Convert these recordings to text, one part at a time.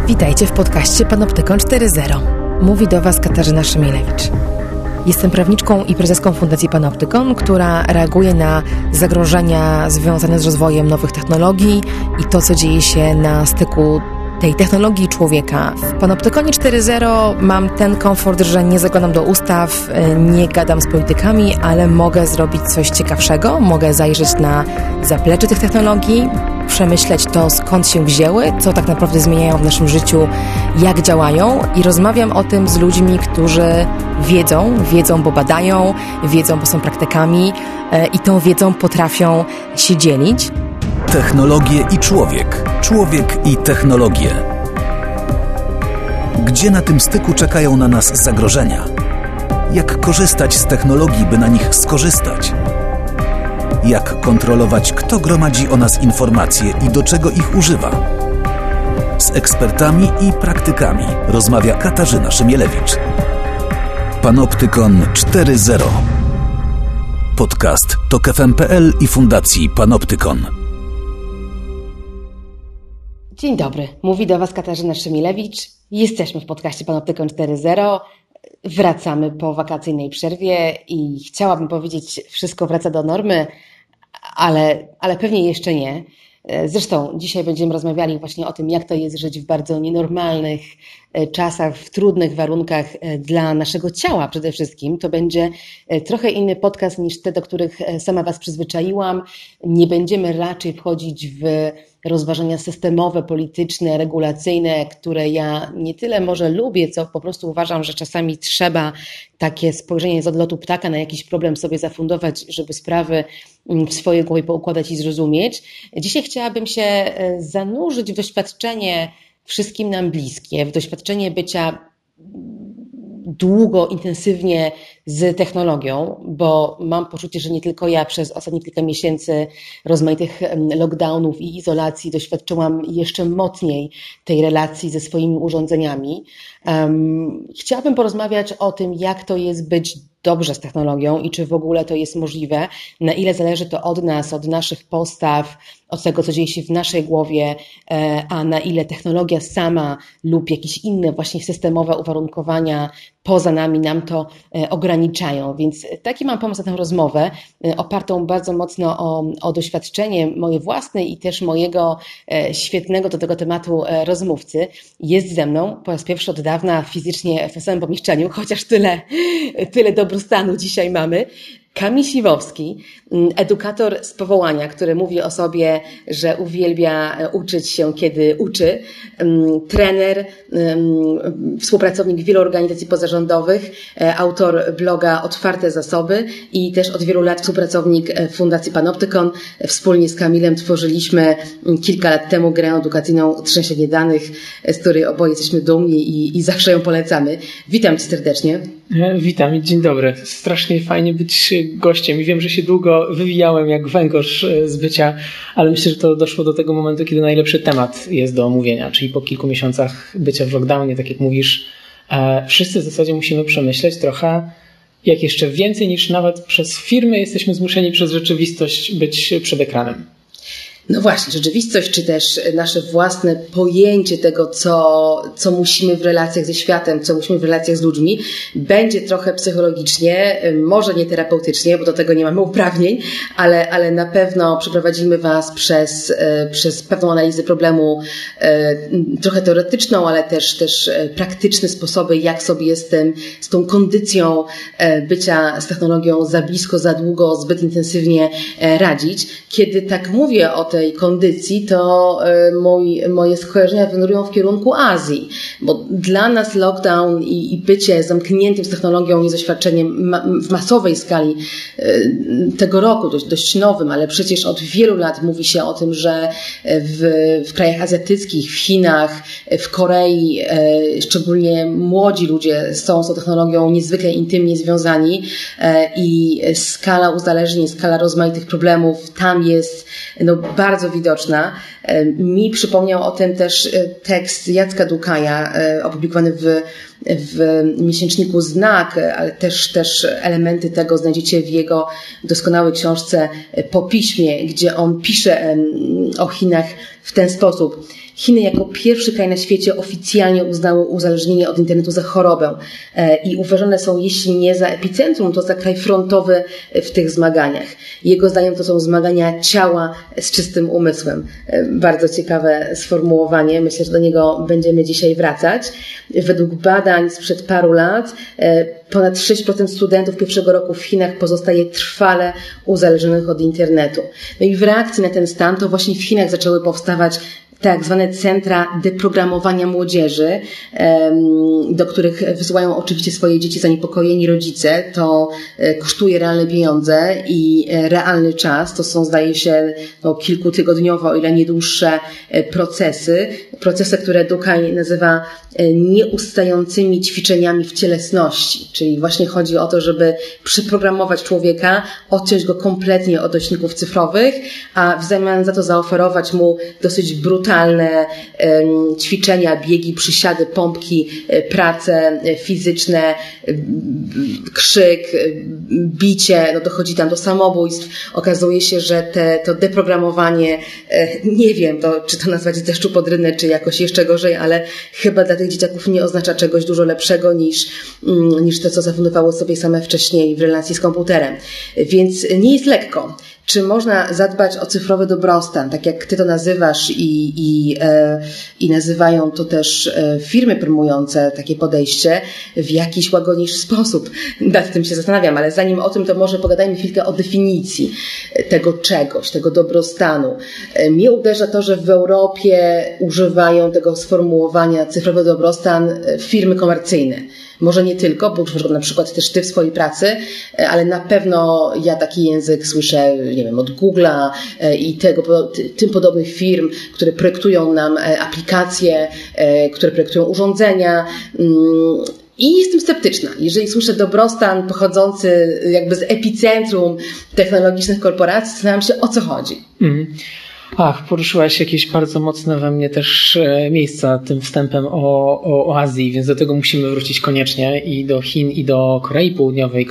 Witajcie w podcaście Panoptykon 4.0. Mówi do Was Katarzyna Szymielewicz. Jestem prawniczką i prezeską Fundacji Panoptykon, która reaguje na zagrożenia związane z rozwojem nowych technologii i to, co dzieje się na styku tej technologii i człowieka. W Panoptykonie 4.0 mam ten komfort, że nie zaglądam do ustaw, nie gadam z politykami, ale mogę zrobić coś ciekawszego, mogę zajrzeć na zaplecze tych technologii, przemyśleć to, skąd się wzięły, co tak naprawdę zmieniają w naszym życiu, jak działają i rozmawiam o tym z ludźmi, którzy wiedzą, bo badają, wiedzą, bo są praktykami i tą wiedzą potrafią się dzielić. Technologie i człowiek. Człowiek i technologie. Gdzie na tym styku czekają na nas zagrożenia? Jak korzystać z technologii, by na nich skorzystać? Jak kontrolować, kto gromadzi o nas informacje i do czego ich używa? Z ekspertami i praktykami rozmawia Katarzyna Szymielewicz. Panoptykon 4.0. Podcast TOK FM.pl i Fundacji Panoptykon. Dzień dobry, mówi do Was Katarzyna Szymielewicz. Jesteśmy w podcaście Panoptykon 4.0. Wracamy po wakacyjnej przerwie i chciałabym powiedzieć, wszystko wraca do normy, ale pewnie jeszcze nie. Zresztą dzisiaj będziemy rozmawiali właśnie o tym, jak to jest żyć w bardzo nienormalnych czasach, w trudnych warunkach dla naszego ciała przede wszystkim. To będzie trochę inny podcast niż te, do których sama Was przyzwyczaiłam. Nie będziemy raczej wchodzić w rozważania systemowe, polityczne, regulacyjne, które ja nie tyle może lubię, co po prostu uważam, że czasami trzeba takie spojrzenie z odlotu ptaka na jakiś problem sobie zafundować, żeby sprawy w swojej głowie poukładać i zrozumieć. Dzisiaj chciałabym się zanurzyć w doświadczenie wszystkim nam bliskie, w doświadczenie bycia długo, intensywnie z technologią, bo mam poczucie, że nie tylko ja przez ostatnie kilka miesięcy rozmaitych lockdownów i izolacji doświadczyłam jeszcze mocniej tej relacji ze swoimi urządzeniami. Chciałabym porozmawiać o tym, jak to jest być dobrze z technologią i czy w ogóle to jest możliwe, na ile zależy to od nas, od naszych postaw, od tego, co dzieje się w naszej głowie, a na ile technologia sama lub jakieś inne właśnie systemowe uwarunkowania poza nami nam to ograniczają. Więc taki mam pomysł na tę rozmowę, opartą bardzo mocno o doświadczenie moje własne i też mojego świetnego do tego tematu rozmówcy. Jest ze mną po raz pierwszy od dawna fizycznie w samym pomieszczeniu, chociaż tyle dobrostanu dzisiaj mamy. Kamil Siwowski, edukator z powołania, który mówi o sobie, że uwielbia uczyć się, kiedy uczy, trener, współpracownik wielu organizacji pozarządowych, autor bloga Otwarte Zasoby i też od wielu lat współpracownik Fundacji Panoptykon. Wspólnie z Kamilem tworzyliśmy kilka lat temu grę edukacyjną Trzęsienie danych, z której oboje jesteśmy dumni i zawsze ją polecamy. Witam Cię serdecznie. Witam i dzień dobry. Strasznie fajnie być gościem i wiem, że się długo wywijałem jak węgorz z bycia, ale myślę, że to doszło do tego momentu, kiedy najlepszy temat jest do omówienia, czyli po kilku miesiącach bycia w lockdownie, tak jak mówisz, wszyscy w zasadzie musimy przemyśleć trochę, jak jeszcze więcej niż nawet przez firmy jesteśmy zmuszeni przez rzeczywistość być przed ekranem. No właśnie, rzeczywistość, czy też nasze własne pojęcie tego, co musimy w relacjach ze światem, co musimy w relacjach z ludźmi, będzie trochę psychologicznie, może nie terapeutycznie, bo do tego nie mamy uprawnień, ale na pewno przeprowadzimy Was przez pewną analizę problemu, trochę teoretyczną, ale też praktyczne sposoby, jak sobie z tą kondycją bycia z technologią za blisko, za długo, zbyt intensywnie radzić. Kiedy tak mówię o tej kondycji, to moje skojarzenia wędrują w kierunku Azji, bo dla nas lockdown i bycie zamkniętym z technologią jest doświadczeniem w masowej skali tego roku, dość nowym, ale przecież od wielu lat mówi się o tym, że w krajach azjatyckich, w Chinach, w Korei, szczególnie młodzi ludzie są z tą technologią niezwykle intymnie związani i skala uzależnień, skala rozmaitych problemów tam jest bardzo widoczna. Mi przypomniał o tym też tekst Jacka Dukaja opublikowany w miesięczniku Znak, ale też elementy tego znajdziecie w jego doskonałej książce Po piśmie, gdzie on pisze o Chinach w ten sposób. Chiny jako pierwszy kraj na świecie oficjalnie uznały uzależnienie od internetu za chorobę i uważane są, jeśli nie za epicentrum, to za kraj frontowy w tych zmaganiach. Jego zdaniem to są zmagania ciała z czystym umysłem. Bardzo ciekawe sformułowanie, myślę, że do niego będziemy dzisiaj wracać. Według badań sprzed paru lat ponad 6% studentów pierwszego roku w Chinach pozostaje trwale uzależnionych od internetu. No i w reakcji na ten stan to właśnie w Chinach zaczęły powstawać tak zwane centra deprogramowania młodzieży, do których wysyłają oczywiście swoje dzieci zaniepokojeni rodzice. To kosztuje realne pieniądze i realny czas. To są, zdaje się, kilkutygodniowe, o ile nie dłuższe procesy, które Dukaj nazywa nieustającymi ćwiczeniami w cielesności. Czyli właśnie chodzi o to, żeby przyprogramować człowieka, odciąć go kompletnie od nośników cyfrowych, a w zamian za to zaoferować mu dosyć brutalne ćwiczenia, biegi, przysiady, pompki, prace fizyczne, krzyk, bicie, dochodzi tam do samobójstw. Okazuje się, że to deprogramowanie, nie wiem, czy to nazwać z deszczu pod rynę, czy jakoś jeszcze gorzej, ale chyba dla tych dzieciaków nie oznacza czegoś dużo lepszego niż to, co zafundowało sobie same wcześniej w relacji z komputerem. Więc nie jest lekko. Czy można zadbać o cyfrowy dobrostan, tak jak ty to nazywasz i nazywają to też firmy promujące takie podejście w jakiś łagodniejszy sposób? Nad tym się zastanawiam, ale zanim o tym, to może pogadajmy chwilkę o definicji tego czegoś, tego dobrostanu. Mnie uderza to, że w Europie używają tego sformułowania cyfrowy dobrostan firmy komercyjne. Może nie tylko, bo na przykład też ty w swojej pracy, ale na pewno ja taki język słyszę, nie wiem, od Google'a i tym podobnych firm, które projektują nam aplikacje, które projektują urządzenia. I jestem sceptyczna. Jeżeli słyszę dobrostan pochodzący jakby z epicentrum technologicznych korporacji, zastanawiam się, o co chodzi. Poruszyłaś jakieś bardzo mocne we mnie też miejsca tym wstępem o Azji, więc do tego musimy wrócić koniecznie i do Chin, i do Korei Południowej,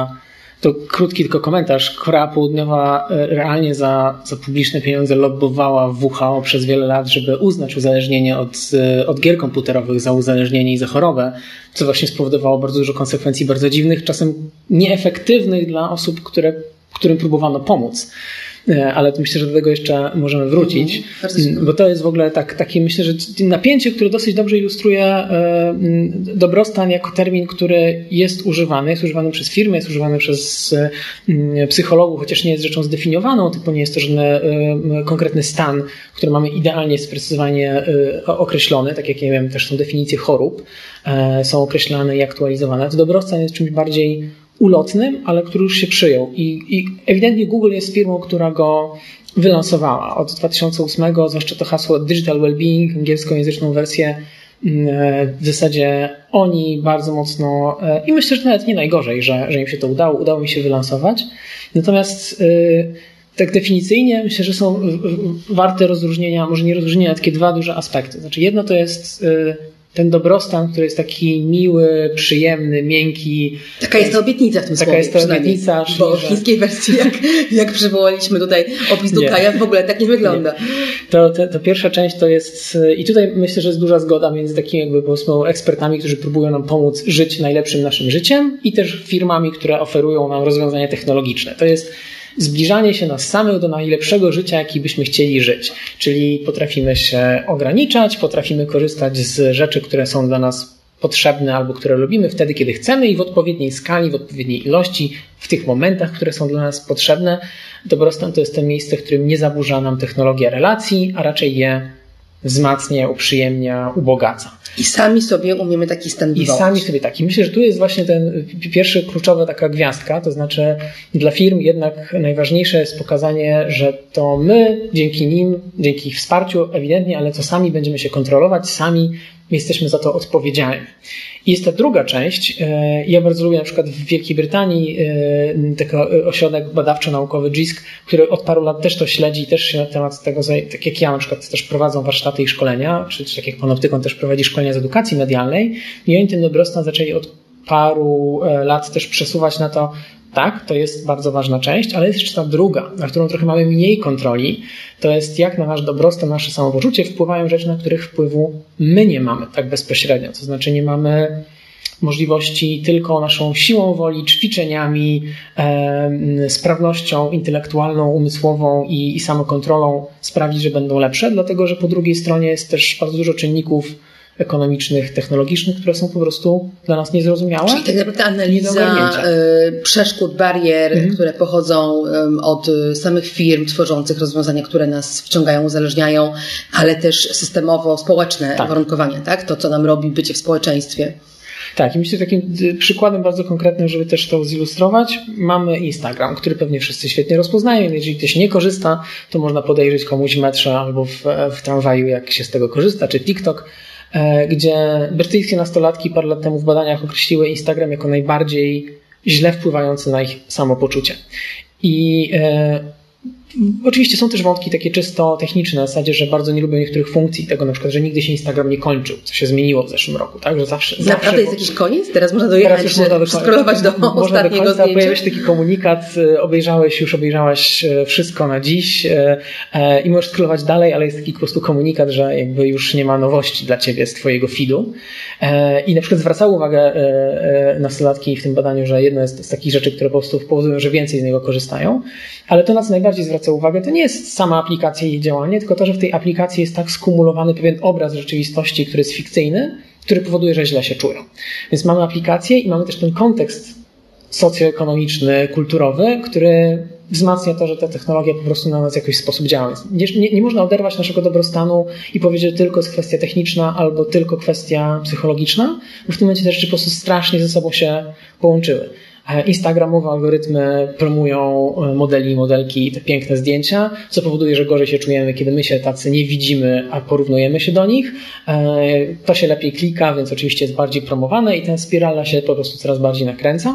to krótki tylko komentarz. Korea Południowa realnie za publiczne pieniądze lobbowała w WHO przez wiele lat, żeby uznać uzależnienie od gier komputerowych za uzależnienie i za chorobę, co właśnie spowodowało bardzo dużo konsekwencji bardzo dziwnych, czasem nieefektywnych dla osób, którym próbowano pomóc. Ale myślę, że do tego jeszcze możemy wrócić, bo to jest w ogóle takie, myślę, że napięcie, które dosyć dobrze ilustruje dobrostan jako termin, który jest używany przez firmy, jest używany przez psychologów, chociaż nie jest rzeczą zdefiniowaną, tylko nie jest to żaden konkretny stan, który mamy idealnie sprecyzowanie określony, tak jak, nie wiem, też są definicje chorób, są określane i aktualizowane. To dobrostan jest czymś bardziej ulotnym, ale który już się przyjął. I ewidentnie Google jest firmą, która go wylansowała. Od 2008, zwłaszcza to hasło Digital Wellbeing, angielskojęzyczną wersję, w zasadzie oni bardzo mocno, i myślę, że nawet nie najgorzej, że im się to udało mi się wylansować. Natomiast tak definicyjnie myślę, że są warte rozróżnienia, może nie rozróżnienia, ale takie dwa duże aspekty. Znaczy jedno to jest ten dobrostan, który jest taki miły, przyjemny, miękki. Taka jest ta obietnica w tym słowie. Taka jest ta obietnica. Bo w chińskiej wersji, jak przywołaliśmy tutaj opis Dukaja, w ogóle tak nie wygląda. To pierwsza część to jest, i tutaj myślę, że jest duża zgoda między takimi jakby powiedzmy ekspertami, którzy próbują nam pomóc żyć najlepszym naszym życiem i też firmami, które oferują nam rozwiązania technologiczne. To jest zbliżanie się nas samych do najlepszego życia, jaki byśmy chcieli żyć. Czyli potrafimy się ograniczać, potrafimy korzystać z rzeczy, które są dla nas potrzebne albo które lubimy wtedy, kiedy chcemy i w odpowiedniej skali, w odpowiedniej ilości, w tych momentach, które są dla nas potrzebne. Dobrostan to jest to miejsce, w którym nie zaburza nam technologia relacji, a raczej je wzmacnia, uprzyjemnia, ubogaca. I sami sobie umiemy taki stan wywołać. I sami sobie taki. Myślę, że tu jest właśnie ten pierwszy kluczowa taka gwiazdka, to znaczy dla firm jednak najważniejsze jest pokazanie, że to my dzięki nim, dzięki ich wsparciu ewidentnie, ale to sami będziemy się kontrolować, sami jesteśmy za to odpowiedzialni. I jest ta druga część. Ja bardzo lubię na przykład w Wielkiej Brytanii taki ośrodek badawczo-naukowy JISC, który od paru lat też to śledzi, też się na temat tego, tak jak ja na przykład też prowadzą warsztaty i szkolenia, czy tak jak Panoptykon też prowadzi szkolenia z edukacji medialnej i oni ten dobrostan zaczęli paru lat też przesuwać na to, tak, to jest bardzo ważna część, ale jest jeszcze ta druga, na którą trochę mamy mniej kontroli. To jest jak na nasz dobrostan, nasze samopoczucie wpływają rzeczy, na których wpływu my nie mamy tak bezpośrednio. To znaczy nie mamy możliwości tylko naszą siłą woli, ćwiczeniami, sprawnością intelektualną, umysłową i samokontrolą sprawić, że będą lepsze, dlatego że po drugiej stronie jest też bardzo dużo czynników ekonomicznych, technologicznych, które są po prostu dla nas niezrozumiałe. Czyli tak naprawdę analiza przeszkód, barier, które pochodzą od samych firm tworzących rozwiązania, które nas wciągają, uzależniają, ale też systemowo-społeczne warunkowania, tak? To, co nam robi bycie w społeczeństwie. Tak, i myślę, że takim przykładem bardzo konkretnym, żeby też to zilustrować, mamy Instagram, który pewnie wszyscy świetnie rozpoznają. Jeżeli ktoś nie korzysta, to można podejrzeć komuś w metrze albo w tramwaju, jak się z tego korzysta, czy TikTok, gdzie brytyjskie nastolatki parę lat temu w badaniach określiły Instagram jako najbardziej źle wpływający na ich samopoczucie. I oczywiście są też wątki takie czysto techniczne, na zasadzie, że bardzo nie lubią niektórych funkcji, tego na przykład, że nigdy się Instagram nie kończył, co się zmieniło w zeszłym roku, tak? Że zawsze naprawdę jest jakiś koniec? Teraz można dojechać, scrollować do ostatniego zdjęcia? Pojawia się taki komunikat, obejrzałaś wszystko na dziś i możesz scrollować dalej, ale jest taki po prostu komunikat, że jakby już nie ma nowości dla ciebie z twojego feedu. I na przykład zwracały uwagę nastolatki w tym badaniu, że jedna z takich rzeczy, które po prostu powodują, że więcej z niego korzystają, ale to, na co najbardziej zwraca uwagę, to nie jest sama aplikacja i jej działanie, tylko to, że w tej aplikacji jest tak skumulowany pewien obraz rzeczywistości, który jest fikcyjny, który powoduje, że źle się czują. Więc mamy aplikację i mamy też ten kontekst socjoekonomiczny, kulturowy, który wzmacnia to, że ta technologia po prostu na nas w jakiś sposób działa. Nie można oderwać naszego dobrostanu i powiedzieć, że tylko jest kwestia techniczna albo tylko kwestia psychologiczna, bo w tym momencie te rzeczy po prostu strasznie ze sobą się połączyły. Instagramowe algorytmy promują modeli i modelki i te piękne zdjęcia, co powoduje, że gorzej się czujemy, kiedy my się tacy nie widzimy, a porównujemy się do nich. To się lepiej klika, więc oczywiście jest bardziej promowane i ta spirala się po prostu coraz bardziej nakręca.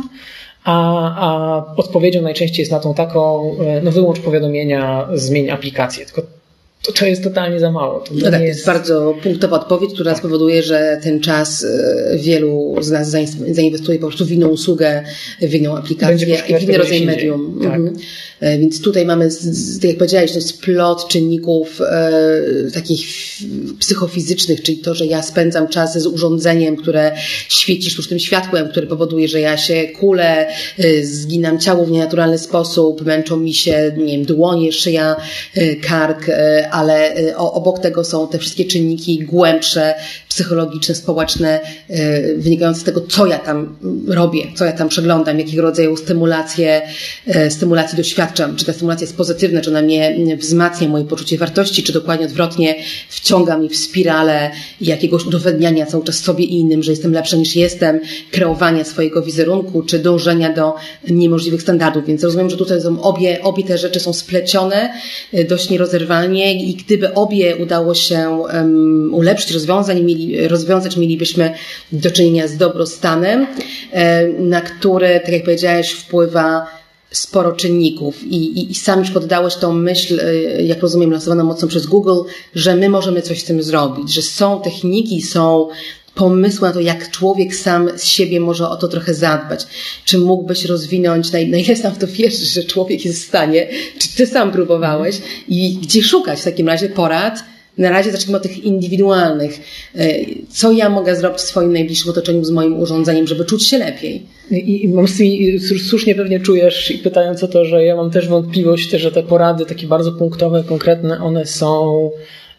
A odpowiedzią najczęściej jest na tą taką, wyłącz powiadomienia, zmień aplikację. Tylko to jest totalnie za mało. To jest bardzo punktowa odpowiedź, która spowoduje, że ten czas wielu z nas zainwestuje po prostu w inną usługę, w inną aplikację i w inny rodzaj medium. Tak. Więc tutaj mamy, tak jak powiedziałeś, to splot czynników takich psychofizycznych, czyli to, że ja spędzam czas z urządzeniem, które świeci sztucznym światłem, które powoduje, że ja się kulę, zginam ciało w nienaturalny sposób, męczą mi się, nie wiem, dłonie, szyja, kark, ale obok tego są te wszystkie czynniki głębsze, psychologiczne, społeczne, wynikające z tego, co ja tam robię, co ja tam przeglądam, jakiego rodzaju stymulacji doświadczam, czy ta stymulacja jest pozytywna, czy ona mnie wzmacnia moje poczucie wartości, czy dokładnie odwrotnie wciąga mnie w spiralę jakiegoś udowadniania cały czas sobie i innym, że jestem lepsza niż jestem, kreowania swojego wizerunku, czy dążenia do niemożliwych standardów. Więc rozumiem, że tutaj są obie te rzeczy są splecione dość nierozerwalnie i gdyby obie udało się ulepszyć, rozwiązać, mielibyśmy do czynienia z dobrostanem, na który, tak jak powiedziałeś, wpływa sporo czynników i sam już poddałeś tą myśl, jak rozumiem, lansowaną mocno przez Google, że my możemy coś z tym zrobić, że są techniki, są pomysły na to, jak człowiek sam z siebie może o to trochę zadbać. Czy mógłbyś rozwinąć, na ile sam w to wierzysz, że człowiek jest w stanie, czy ty sam próbowałeś i gdzie szukać w takim razie porad? Na razie zacznijmy od tych indywidualnych. Co ja mogę zrobić w swoim najbliższym otoczeniu z moim urządzeniem, żeby czuć się lepiej? I słusznie pewnie czujesz, i pytając o to, że ja mam też wątpliwość, że te porady takie bardzo punktowe, konkretne, one są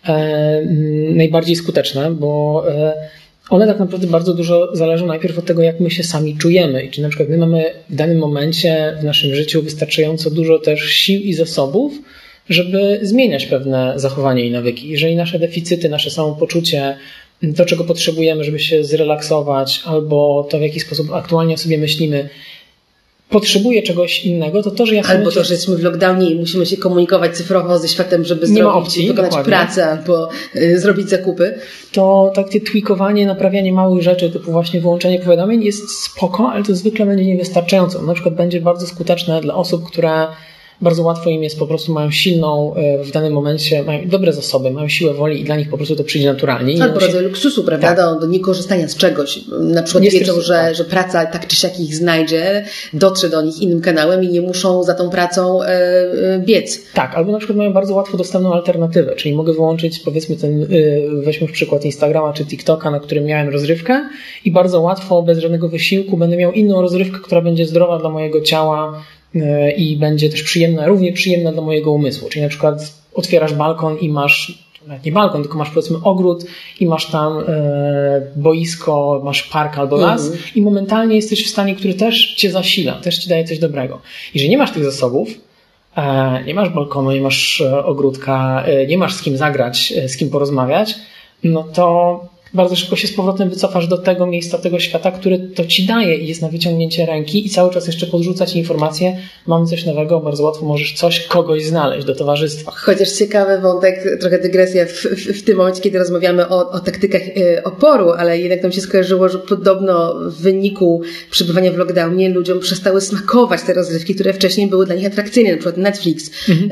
najbardziej skuteczne, bo one tak naprawdę bardzo dużo zależą najpierw od tego, jak my się sami czujemy. I czy na przykład my mamy w danym momencie w naszym życiu wystarczająco dużo też sił i zasobów, żeby zmieniać pewne zachowania i nawyki. Jeżeli nasze deficyty, nasze samopoczucie, to czego potrzebujemy, żeby się zrelaksować, albo to w jaki sposób aktualnie o sobie myślimy, potrzebuje czegoś innego, to że ja sobie... Albo to, że jesteśmy w lockdownie i musimy się komunikować cyfrowo ze światem, żeby wykonać pracę albo zrobić zakupy. To takie tweakowanie, naprawianie małych rzeczy, typu właśnie wyłączenie powiadomień jest spoko, ale to zwykle będzie niewystarczające. Na przykład będzie bardzo skuteczne dla osób, które bardzo łatwo im jest po prostu, mają silną w danym momencie, mają dobre zasoby, mają siłę woli i dla nich po prostu to przyjdzie naturalnie. Albo rodzaj luksusu, prawda? Tak. Do niekorzystania z czegoś. Na przykład wiedzą, że praca tak czy siak ich znajdzie, dotrze do nich innym kanałem i nie muszą za tą pracą biec. Tak, albo na przykład mają bardzo łatwo dostępną alternatywę, czyli mogę wyłączyć, powiedzmy weźmy w przykład Instagrama czy TikToka, na którym miałem rozrywkę i bardzo łatwo, bez żadnego wysiłku będę miał inną rozrywkę, która będzie zdrowa dla mojego ciała i będzie też równie przyjemna dla mojego umysłu. Czyli na przykład otwierasz balkon i masz, nie balkon, tylko masz powiedzmy ogród i masz tam boisko, masz park albo las i momentalnie jesteś w stanie, który też cię zasila, też ci daje coś dobrego. Jeżeli nie masz tych zasobów, nie masz balkonu, nie masz ogródka, nie masz z kim zagrać, z kim porozmawiać, no to bardzo szybko się z powrotem wycofasz do tego miejsca, tego świata, który to ci daje i jest na wyciągnięcie ręki i cały czas jeszcze podrzucać informacje, mamy coś nowego, bardzo łatwo możesz kogoś znaleźć do towarzystwa. Chociaż ciekawy wątek, trochę dygresja w tym momencie, kiedy rozmawiamy o taktykach oporu, ale jednak nam się skojarzyło, że podobno w wyniku przebywania w lockdownie ludziom przestały smakować te rozrywki, które wcześniej były dla nich atrakcyjne, na przykład Netflix.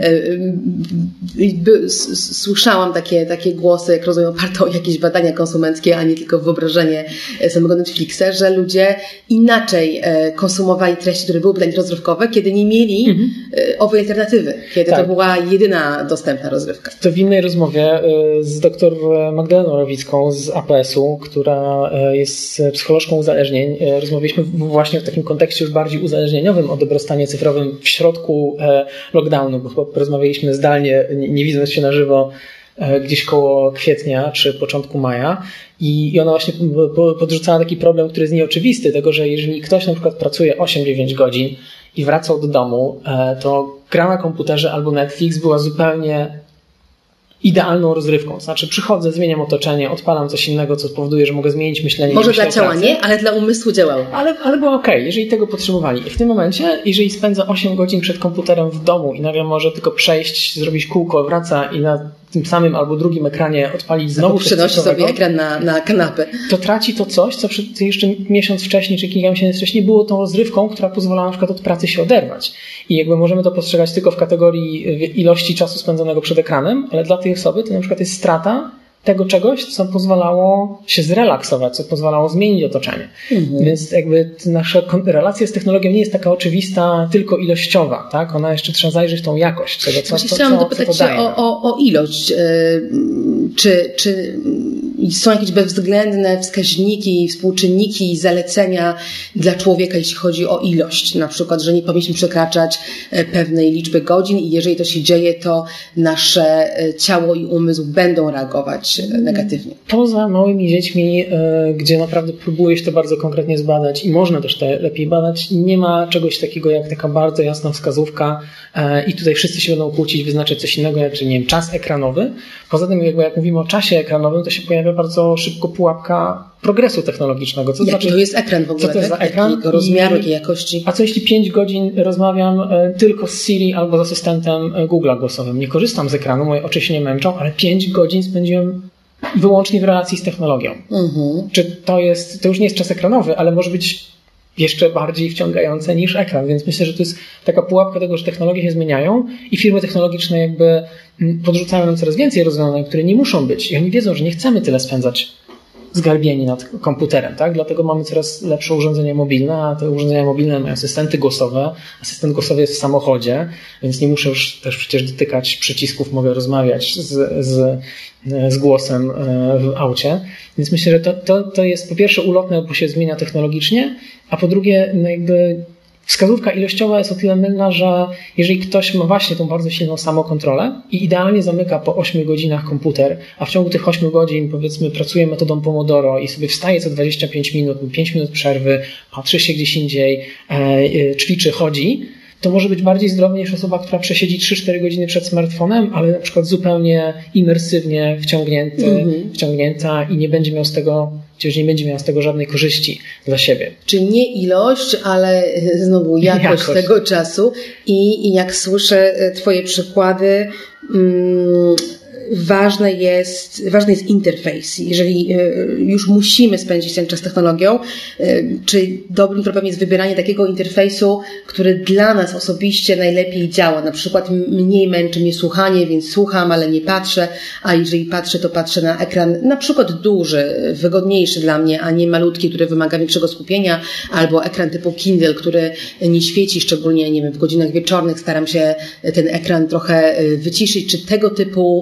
Słyszałam takie głosy, jak rozumiem, oparte o jakieś badania konsumenckie, a nie tylko wyobrażenie samego Netflixa, że ludzie inaczej konsumowali treści, które były dla nich rozrywkowe, kiedy nie mieli owej alternatywy, kiedy to była jedyna dostępna rozrywka. To w innej rozmowie z dr Magdaleną Rowicką z APS-u, która jest psycholożką uzależnień, rozmawialiśmy właśnie w takim kontekście już bardziej uzależnieniowym o dobrostanie cyfrowym w środku lockdownu, bo chyba rozmawialiśmy zdalnie, nie widząc się na żywo, gdzieś koło kwietnia czy początku maja i ona właśnie podrzucała taki problem, który jest nieoczywisty, tego, że jeżeli ktoś na przykład pracuje 8-9 godzin i wracał do domu, to gra na komputerze albo Netflix była zupełnie idealną rozrywką. To znaczy przychodzę, zmieniam otoczenie, odpalam coś innego, co spowoduje, że mogę zmienić myślenie. Może dla ciała nie, ale dla umysłu działało. Ale było okej, jeżeli tego potrzebowali. I w tym momencie, jeżeli spędza 8 godzin przed komputerem w domu i nagle może tylko przejść, zrobić kółko, wraca i na tym samym albo drugim ekranie odpalić znowu przenosi sobie ekran na kanapę. To traci to coś, co jeszcze miesiąc wcześniej czy kilka miesięcy wcześniej było tą rozrywką, która pozwalała na przykład od pracy się oderwać. I jakby możemy to postrzegać tylko w kategorii ilości czasu spędzonego przed ekranem, ale dla tej osoby to na przykład jest strata tego czegoś, co pozwalało się zrelaksować, co pozwalało zmienić otoczenie. Więc jakby nasza relacja z technologią nie jest taka oczywista, tylko ilościowa, tak? Ona jeszcze trzeba zajrzeć w tą jakość tego, co chciałam dopytać się o ilość. Czy są jakieś bezwzględne wskaźniki, współczynniki, zalecenia dla człowieka, jeśli chodzi o ilość? Na przykład, że nie powinniśmy przekraczać pewnej liczby godzin i jeżeli to się dzieje, to nasze ciało i umysł będą reagować negatywnie. Poza małymi dziećmi, gdzie naprawdę próbuje się to bardzo konkretnie zbadać i można też to lepiej badać, nie ma czegoś takiego jak taka bardzo jasna wskazówka i tutaj wszyscy się będą kłócić, wyznaczyć coś innego, jak nie wiem, czas ekranowy. Poza tym jak mówimy o czasie ekranowym, to się pojawia bardzo szybko pułapka progresu technologicznego. Co znaczy, to jest ekran w ogóle? Co to jest za ekran? Jakiego rozmiaru, jakiej jakości? A co jeśli 5 godzin rozmawiam tylko z Siri albo z asystentem Google'a głosowym? Nie korzystam z ekranu, moje oczy się nie męczą, ale 5 godzin spędziłem wyłącznie w relacji z technologią. Czy to już nie jest czas ekranowy, ale może być jeszcze bardziej wciągające niż ekran, więc myślę, że to jest taka pułapka tego, że technologie się zmieniają i firmy technologiczne jakby podrzucają nam coraz więcej rozwiązań, które nie muszą być i oni wiedzą, że nie chcemy tyle spędzać zgarbieni nad komputerem, tak? Dlatego mamy coraz lepsze urządzenia mobilne, a te urządzenia mobilne mają asystenty głosowe. Asystent głosowy jest w samochodzie, więc nie muszę już też przecież dotykać przycisków, mogę rozmawiać z głosem w aucie. Więc myślę, że to jest po pierwsze ulotne, bo się zmienia technologicznie, a po drugie jakby wskazówka ilościowa jest o tyle mylna, że jeżeli ktoś ma właśnie tą bardzo silną samokontrolę i idealnie zamyka po 8 godzinach komputer, a w ciągu tych 8 godzin powiedzmy pracuje metodą Pomodoro i sobie wstaje co 25 minut, 5 minut przerwy, patrzy się gdzieś indziej, ćwiczy, chodzi, to może być bardziej zdrowy niż osoba, która przesiedzi 3-4 godziny przed smartfonem, ale na przykład zupełnie imersywnie wciągnięta i nie będzie miał z tego żadnej korzyści dla siebie. Czyli nie ilość, ale znowu jakość tego czasu i jak słyszę Twoje przykłady, ważny jest interfejs. Jeżeli już musimy spędzić ten czas technologią, czy dobrym tropem jest wybieranie takiego interfejsu, który dla nas osobiście najlepiej działa. Na przykład mniej męczy mnie słuchanie, więc słucham, ale nie patrzę, a jeżeli patrzę, to patrzę na ekran na przykład duży, wygodniejszy dla mnie, a nie malutki, który wymaga większego skupienia, albo ekran typu Kindle, który nie świeci, szczególnie, nie wiem, w godzinach wieczornych staram się ten ekran trochę wyciszyć. Czy tego typu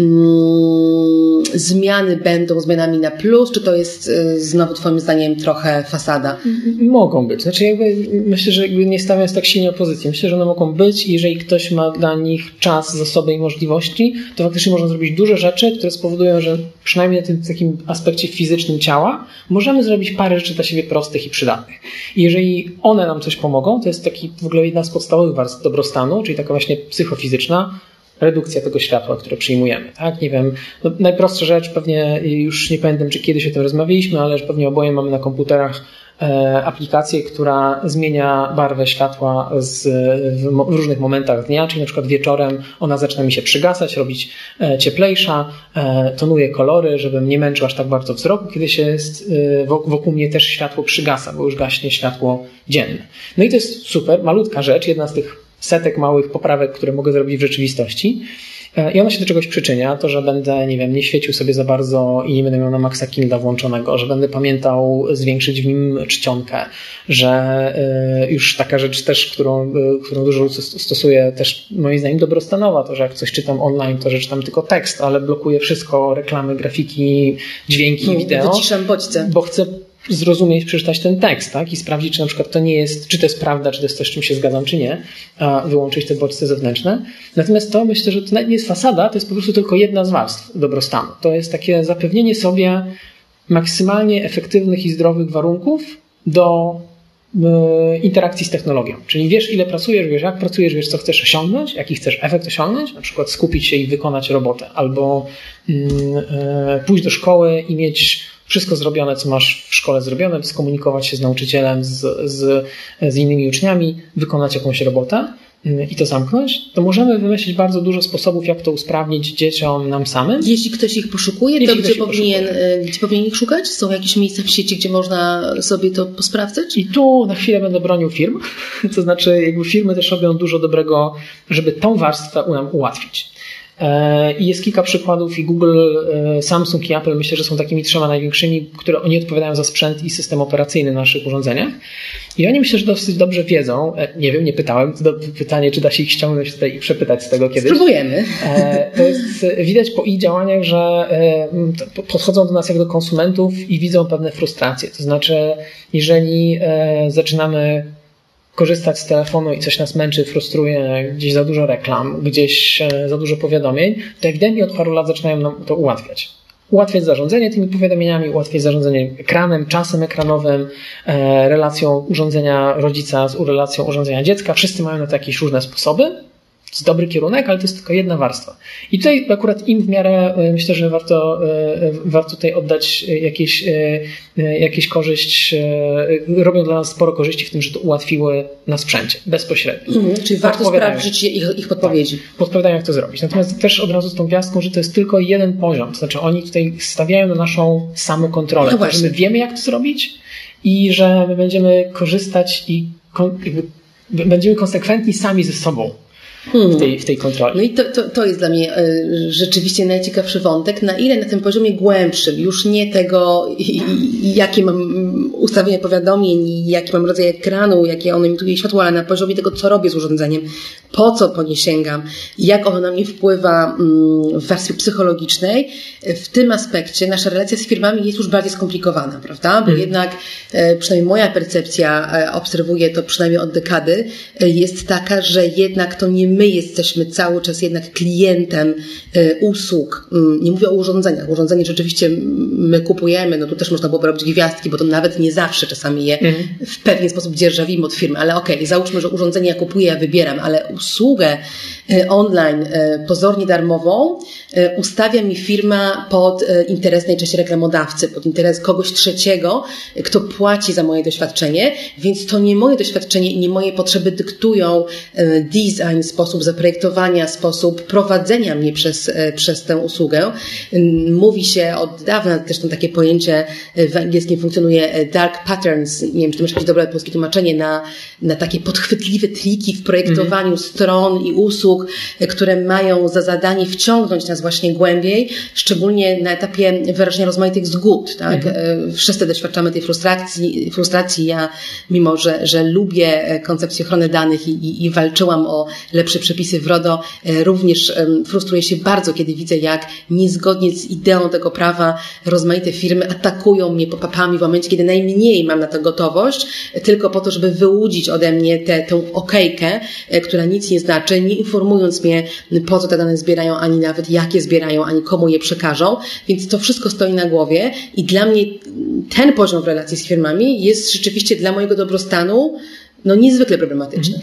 zmiany będą zmianami na plus, czy to jest znowu Twoim zdaniem trochę fasada? Mogą być. Znaczy myślę, że nie stawiając tak silnie opozycji. Myślę, że one mogą być i jeżeli ktoś ma dla nich czas, zasoby i możliwości, to faktycznie można zrobić duże rzeczy, które spowodują, że przynajmniej na tym takim aspekcie fizycznym ciała możemy zrobić parę rzeczy dla siebie prostych i przydatnych. I jeżeli one nam coś pomogą, to jest taki w ogóle jedna z podstawowych warstw dobrostanu, czyli taka właśnie psychofizyczna, redukcja tego światła, które przyjmujemy. Tak? Nie wiem, najprostsza rzecz, pewnie już nie pamiętam, czy kiedyś o tym rozmawialiśmy, ale pewnie oboje mamy na komputerach aplikację, która zmienia barwę światła w różnych momentach dnia, czyli na przykład wieczorem ona zaczyna mi się przygasać, robić cieplejsza, tonuje kolory, żebym nie męczył aż tak bardzo wzroku, kiedy się jest wokół mnie też światło przygasa, bo już gaśnie światło dzienne. No i to jest super, malutka rzecz, jedna z tych setek małych poprawek, które mogę zrobić w rzeczywistości. I ona się do czegoś przyczynia, to, że będę, nie wiem, nie świecił sobie za bardzo i nie będę miał na maksa Kindle włączonego, że będę pamiętał zwiększyć w nim czcionkę, że już taka rzecz też, którą dużo stosuję, też moim zdaniem dobrostanowa, to, że jak coś czytam online, to że czytam tylko tekst, ale blokuję wszystko, reklamy, grafiki, dźwięki, wideo. Wyciszam bodźce. Bo chcę zrozumieć, przeczytać ten tekst, tak? I sprawdzić, czy na przykład to nie jest, czy to jest prawda, czy to jest coś, z czym się zgadzam, czy nie, a wyłączyć te bodźce zewnętrzne. Natomiast to myślę, że to nawet nie jest fasada, to jest po prostu tylko jedna z warstw dobrostanu. To jest takie zapewnienie sobie maksymalnie efektywnych i zdrowych warunków do interakcji z technologią. Czyli wiesz, ile pracujesz, wiesz, jak pracujesz, wiesz, co chcesz osiągnąć, jaki chcesz efekt osiągnąć, na przykład skupić się i wykonać robotę, albo pójść do szkoły i mieć wszystko zrobione, co masz w szkole zrobione, skomunikować się z nauczycielem, z innymi uczniami, wykonać jakąś robotę i to zamknąć, to możemy wymyślić bardzo dużo sposobów, jak to usprawnić dzieciom, nam samym. Jeśli ktoś ich poszukuje, to gdzie powinien ich szukać? Są jakieś miejsca w sieci, gdzie można sobie to posprawdzać? I tu na chwilę będę bronił firm, to znaczy jakby firmy też robią dużo dobrego, żeby tą warstwę nam ułatwić. I jest kilka przykładów i Google, Samsung i Apple myślę, że są takimi trzema największymi, które oni odpowiadają za sprzęt i system operacyjny na naszych urządzeniach. I oni myślę, że dosyć dobrze wiedzą, nie wiem, nie pytałem, pytanie, czy da się ich ściągnąć tutaj i przepytać z tego kiedyś. Spróbujemy. To jest widać po ich działaniach, że podchodzą do nas jak do konsumentów i widzą pewne frustracje. To znaczy, jeżeli zaczynamy korzystać z telefonu i coś nas męczy, frustruje, gdzieś za dużo reklam, gdzieś za dużo powiadomień, to ewidentnie od paru lat zaczynają nam to ułatwiać. Ułatwiać zarządzanie tymi powiadomieniami, ułatwiać zarządzanie ekranem, czasem ekranowym, relacją urządzenia rodzica z relacją urządzenia dziecka. Wszyscy mają na to jakieś różne sposoby. To jest dobry kierunek, ale to jest tylko jedna warstwa. I tutaj akurat im w miarę myślę, że warto tutaj oddać jakieś korzyść. Robią dla nas sporo korzyści w tym, że to ułatwiły na sprzęcie bezpośrednio. Czyli warto sprawdzić ich podpowiedzi. Tak, podpowiadają, jak to zrobić. Natomiast też od razu z tą gwiazdką, że to jest tylko jeden poziom. To znaczy oni tutaj stawiają na naszą samokontrolę. No że my wiemy, jak to zrobić i że my będziemy korzystać i będziemy konsekwentni sami ze sobą. W tej kontroli. No i to jest dla mnie rzeczywiście najciekawszy wątek. Na ile na tym poziomie głębszym, już nie tego, jakie mam ustawienie powiadomień, jaki mam rodzaj ekranu, jakie ono emituje światło, ale na poziomie tego, co robię z urządzeniem, po co po nie sięgam, jak ono na mnie wpływa w warstwie psychologicznej, w tym aspekcie nasza relacja z firmami jest już bardziej skomplikowana, prawda? Bo jednak, przynajmniej moja percepcja, obserwuję to przynajmniej od dekady, jest taka, że jednak to nie my jesteśmy cały czas jednak klientem usług. Nie mówię o urządzeniach. Urządzenie rzeczywiście my kupujemy, no tu też można byłoby robić gwiazdki, bo to nawet nie zawsze czasami je w pewien sposób dzierżawimy od firmy, ale okej, załóżmy, że urządzenie ja kupuję, ja wybieram, ale usługę online pozornie darmową ustawia mi firma pod interes najczęściej reklamodawcy, pod interes kogoś trzeciego, kto płaci za moje doświadczenie, więc to nie moje doświadczenie i nie moje potrzeby dyktują design, sposób zaprojektowania, sposób prowadzenia mnie przez tę usługę. Mówi się od dawna, zresztą takie pojęcie w angielskim funkcjonuje dark patterns, nie wiem, czy to masz jakieś dobre polskie tłumaczenie, na takie podchwytliwe triki w projektowaniu stron i usług, które mają za zadanie wciągnąć nas właśnie głębiej, szczególnie na etapie wyrażenia rozmaitych zgód. Tak? Wszyscy doświadczamy tej frustracji. Ja, mimo że lubię koncepcję ochrony danych i walczyłam o lepsze przepisy w RODO, również frustruję się bardzo, kiedy widzę, jak niezgodnie z ideą tego prawa rozmaite firmy atakują mnie pop-upami w momencie, kiedy najmniej mam na to gotowość, tylko po to, żeby wyłudzić ode mnie tę okejkę, która nic nie znaczy, nie informując mnie, po co te dane zbierają, ani nawet jakie zbierają, ani komu je przekażą. Więc to wszystko stoi na głowie i dla mnie ten poziom w relacji z firmami jest rzeczywiście dla mojego dobrostanu niezwykle problematyczny.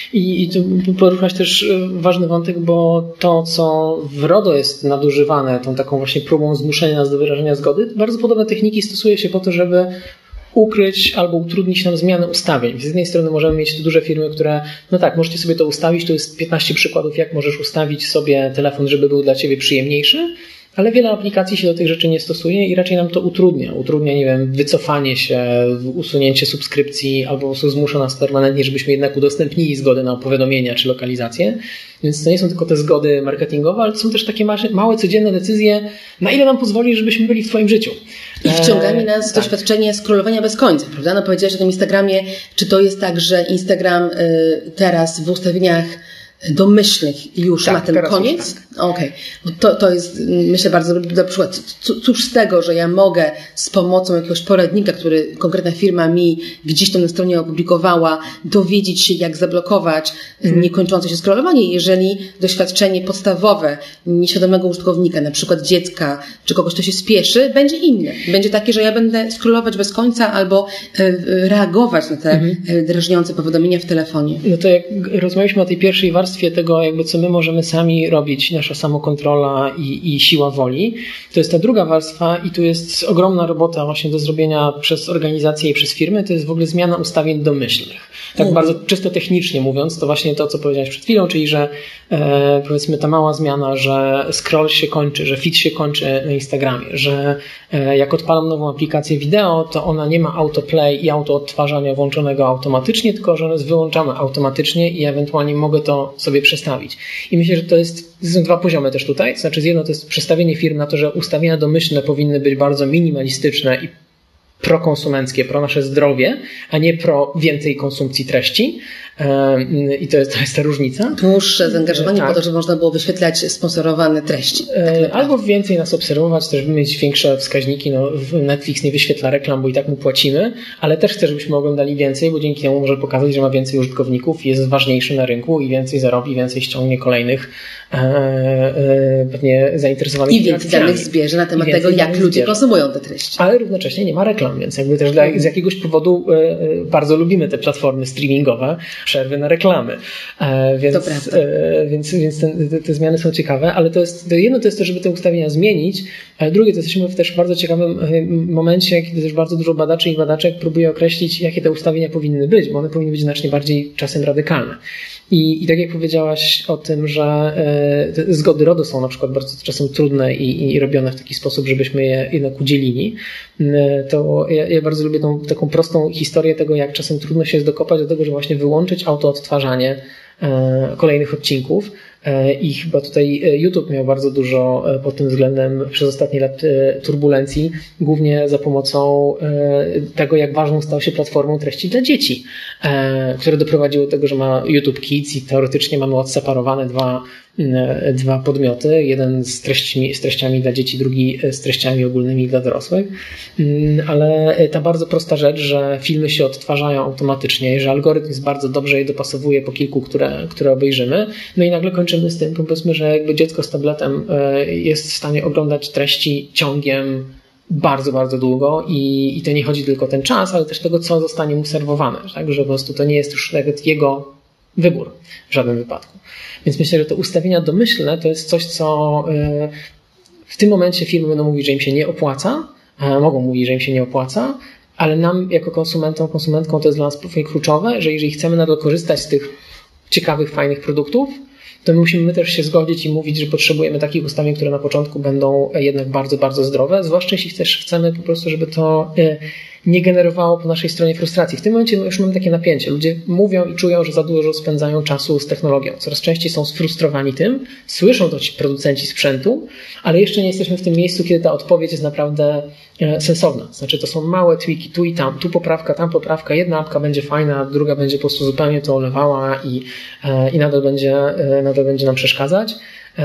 I tu poruszasz też ważny wątek, bo to, co w RODO jest nadużywane, tą taką właśnie próbą zmuszenia nas do wyrażenia zgody, bardzo podobne techniki stosuje się po to, żeby ukryć albo utrudnić nam zmianę ustawień. Z jednej strony możemy mieć te duże firmy, które, możecie sobie to ustawić, to jest 15 przykładów, jak możesz ustawić sobie telefon, żeby był dla Ciebie przyjemniejszy, ale wiele aplikacji się do tych rzeczy nie stosuje i raczej nam to utrudnia. Nie wiem, wycofanie się, usunięcie subskrypcji albo po prostu zmusza nas permanentnie, żebyśmy jednak udostępnili zgodę na powiadomienia czy lokalizację. Więc to nie są tylko te zgody marketingowe, ale to są też takie małe, codzienne decyzje, na ile nam pozwoli, żebyśmy byli w Twoim życiu. I wciąganie nas w doświadczenie scrollowania bez końca, prawda? Powiedziałeś o tym Instagramie, czy to jest tak, że Instagram teraz w ustawieniach domyślnych już ma ten koniec? Tak. Okej. To jest, myślę, bardzo dobry przykład. Cóż z tego, że ja mogę z pomocą jakiegoś poradnika, który konkretna firma mi gdzieś tam na stronie opublikowała, dowiedzieć się, jak zablokować niekończące się scrollowanie, jeżeli doświadczenie podstawowe nieświadomego użytkownika, na przykład dziecka, czy kogoś, kto się spieszy, będzie inne. Będzie takie, że ja będę scrollować bez końca albo reagować na te drażniące powiadomienia w telefonie. No to jak rozmawialiśmy o tej pierwszej warstwie tego, co my możemy sami robić, nasza samokontrola i siła woli, to jest ta druga warstwa i tu jest ogromna robota właśnie do zrobienia przez organizacje i przez firmy, to jest w ogóle zmiana ustawień domyślnych. Tak bardzo czysto technicznie mówiąc, to właśnie to, co powiedziałeś przed chwilą, czyli że powiedzmy ta mała zmiana, że scroll się kończy, że feed się kończy na Instagramie, że jak odpalam nową aplikację wideo, to ona nie ma autoplay i autoodtwarzania włączonego automatycznie, tylko że one jest wyłączane automatycznie i ewentualnie mogę to sobie przestawić. I myślę, że to są dwa poziomy też tutaj. Znaczy jedno to jest przestawienie firm na to, że ustawienia domyślne powinny być bardzo minimalistyczne i prokonsumenckie, pro nasze zdrowie, a nie pro więcej konsumpcji treści. I to jest ta różnica. Dłuższe zaangażowanie po to, żeby można było wyświetlać sponsorowane treści. Albo więcej nas obserwować, też mieć większe wskaźniki. Netflix nie wyświetla reklam, bo i tak mu płacimy, ale też chcę, żebyśmy oglądali więcej, bo dzięki temu może pokazać, że ma więcej użytkowników, jest ważniejszy na rynku i więcej zarobi, więcej ściągnie kolejnych pewnie zainteresowanych. I więcej danych zbierze na temat tego, jak ludzie konsumują te treści. Ale równocześnie nie ma reklam, więc jakby też z jakiegoś powodu bardzo lubimy te platformy streamingowe, przerwy na reklamy. Więc te zmiany są ciekawe, ale jedno to jest to, żeby te ustawienia zmienić, ale drugie to jesteśmy w też bardzo ciekawym momencie, kiedy też bardzo dużo badaczy i badaczek próbuje określić, jakie te ustawienia powinny być, bo one powinny być znacznie bardziej czasem radykalne. I tak jak powiedziałaś o tym, że te zgody RODO są na przykład bardzo czasem trudne i robione w taki sposób, żebyśmy je jednak udzielili, to ja bardzo lubię tą taką prostą historię tego, jak czasem trudno się jest dokopać do tego, żeby właśnie wyłączyć autoodtwarzanie kolejnych odcinków. I chyba tutaj YouTube miał bardzo dużo pod tym względem przez ostatnie lat turbulencji, głównie za pomocą tego, jak ważną stał się platformą treści dla dzieci, które doprowadziły do tego, że ma YouTube Kids i teoretycznie mamy odseparowane dwa podmioty, jeden z treściami dla dzieci, drugi z treściami ogólnymi dla dorosłych, ale ta bardzo prosta rzecz, że filmy się odtwarzają automatycznie, że algorytm bardzo dobrze je dopasowuje po kilku, które obejrzymy, no i nagle kończymy z tym, powiedzmy, że jakby dziecko z tabletem jest w stanie oglądać treści ciągiem bardzo, bardzo długo i to nie chodzi tylko o ten czas, ale też tego, co zostanie mu serwowane, tak? Że po prostu to nie jest już nawet jego wybór w żadnym wypadku. Więc myślę, że te ustawienia domyślne to jest coś, co w tym momencie firmy będą mówić, że im się nie opłaca, mogą mówić, że im się nie opłaca, ale nam jako konsumentkom to jest dla nas kluczowe, że jeżeli chcemy nadal korzystać z tych ciekawych, fajnych produktów, to musimy też się zgodzić i mówić, że potrzebujemy takich ustawień, które na początku będą jednak bardzo, bardzo zdrowe, zwłaszcza jeśli też chcemy po prostu, żeby to nie generowało po naszej stronie frustracji. W tym momencie już mamy takie napięcie. Ludzie mówią i czują, że za dużo spędzają czasu z technologią. Coraz częściej są sfrustrowani tym, słyszą to ci producenci sprzętu, ale jeszcze nie jesteśmy w tym miejscu, kiedy ta odpowiedź jest naprawdę sensowna. Znaczy to są małe tweaki tu i tam, tu poprawka, tam poprawka, jedna apka będzie fajna, druga będzie po prostu zupełnie to olewała i nadal będzie nam przeszkadzać.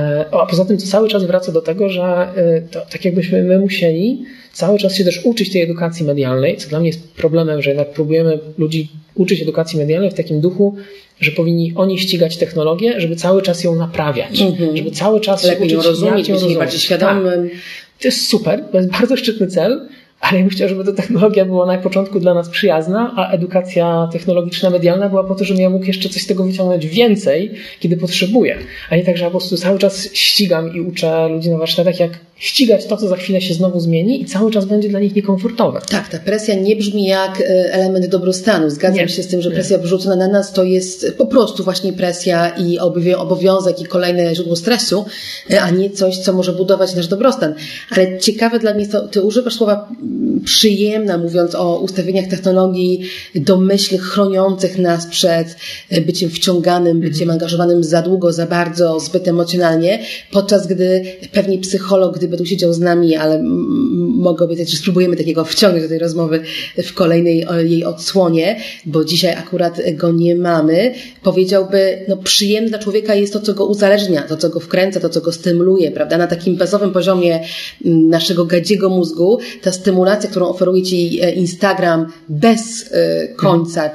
A poza tym to cały czas wraca do tego, że to, tak jakbyśmy my musieli cały czas się też uczyć tej edukacji medialnej, co dla mnie jest problemem, że jednak próbujemy ludzi uczyć edukacji medialnej w takim duchu, że powinni oni ścigać technologię, żeby cały czas ją naprawiać, żeby cały czas lepiej się uczyć, ją rozumieć, ją być bardziej świadomym. Tak. To jest super, to jest bardzo szczytny cel, ale ja bym chciał, żeby ta technologia była na początku dla nas przyjazna, a edukacja technologiczna, medialna była po to, żebym ja mógł jeszcze coś z tego wyciągnąć więcej, kiedy potrzebuję. A nie tak, że ja po prostu cały czas ścigam i uczę ludzi na warsztatach, jak ścigać to, co za chwilę się znowu zmieni i cały czas będzie dla nich niekomfortowe. Tak, ta presja nie brzmi jak element dobrostanu. Zgadzam się z tym, że presja wyrzucona na nas to jest po prostu właśnie presja i obowiązek i kolejne źródło stresu, a nie coś, co może budować nasz dobrostan. Ale ciekawe dla mnie to, ty używasz słowa przyjemna, mówiąc o ustawieniach technologii domyślnych, chroniących nas przed byciem wciąganym, byciem angażowanym za długo, za bardzo, zbyt emocjonalnie, podczas gdy pewnie psycholog, gdyby tu siedział z nami, ale mogę obiecać, że spróbujemy takiego wciągnąć do tej rozmowy w kolejnej jej odsłonie, bo dzisiaj akurat go nie mamy, powiedziałby, no przyjemne dla człowieka jest to, co go uzależnia, to, co go wkręca, to, co go stymuluje, prawda? Na takim bazowym poziomie naszego gadziego mózgu ta stymulacja, którą oferuje ci Instagram bez końca,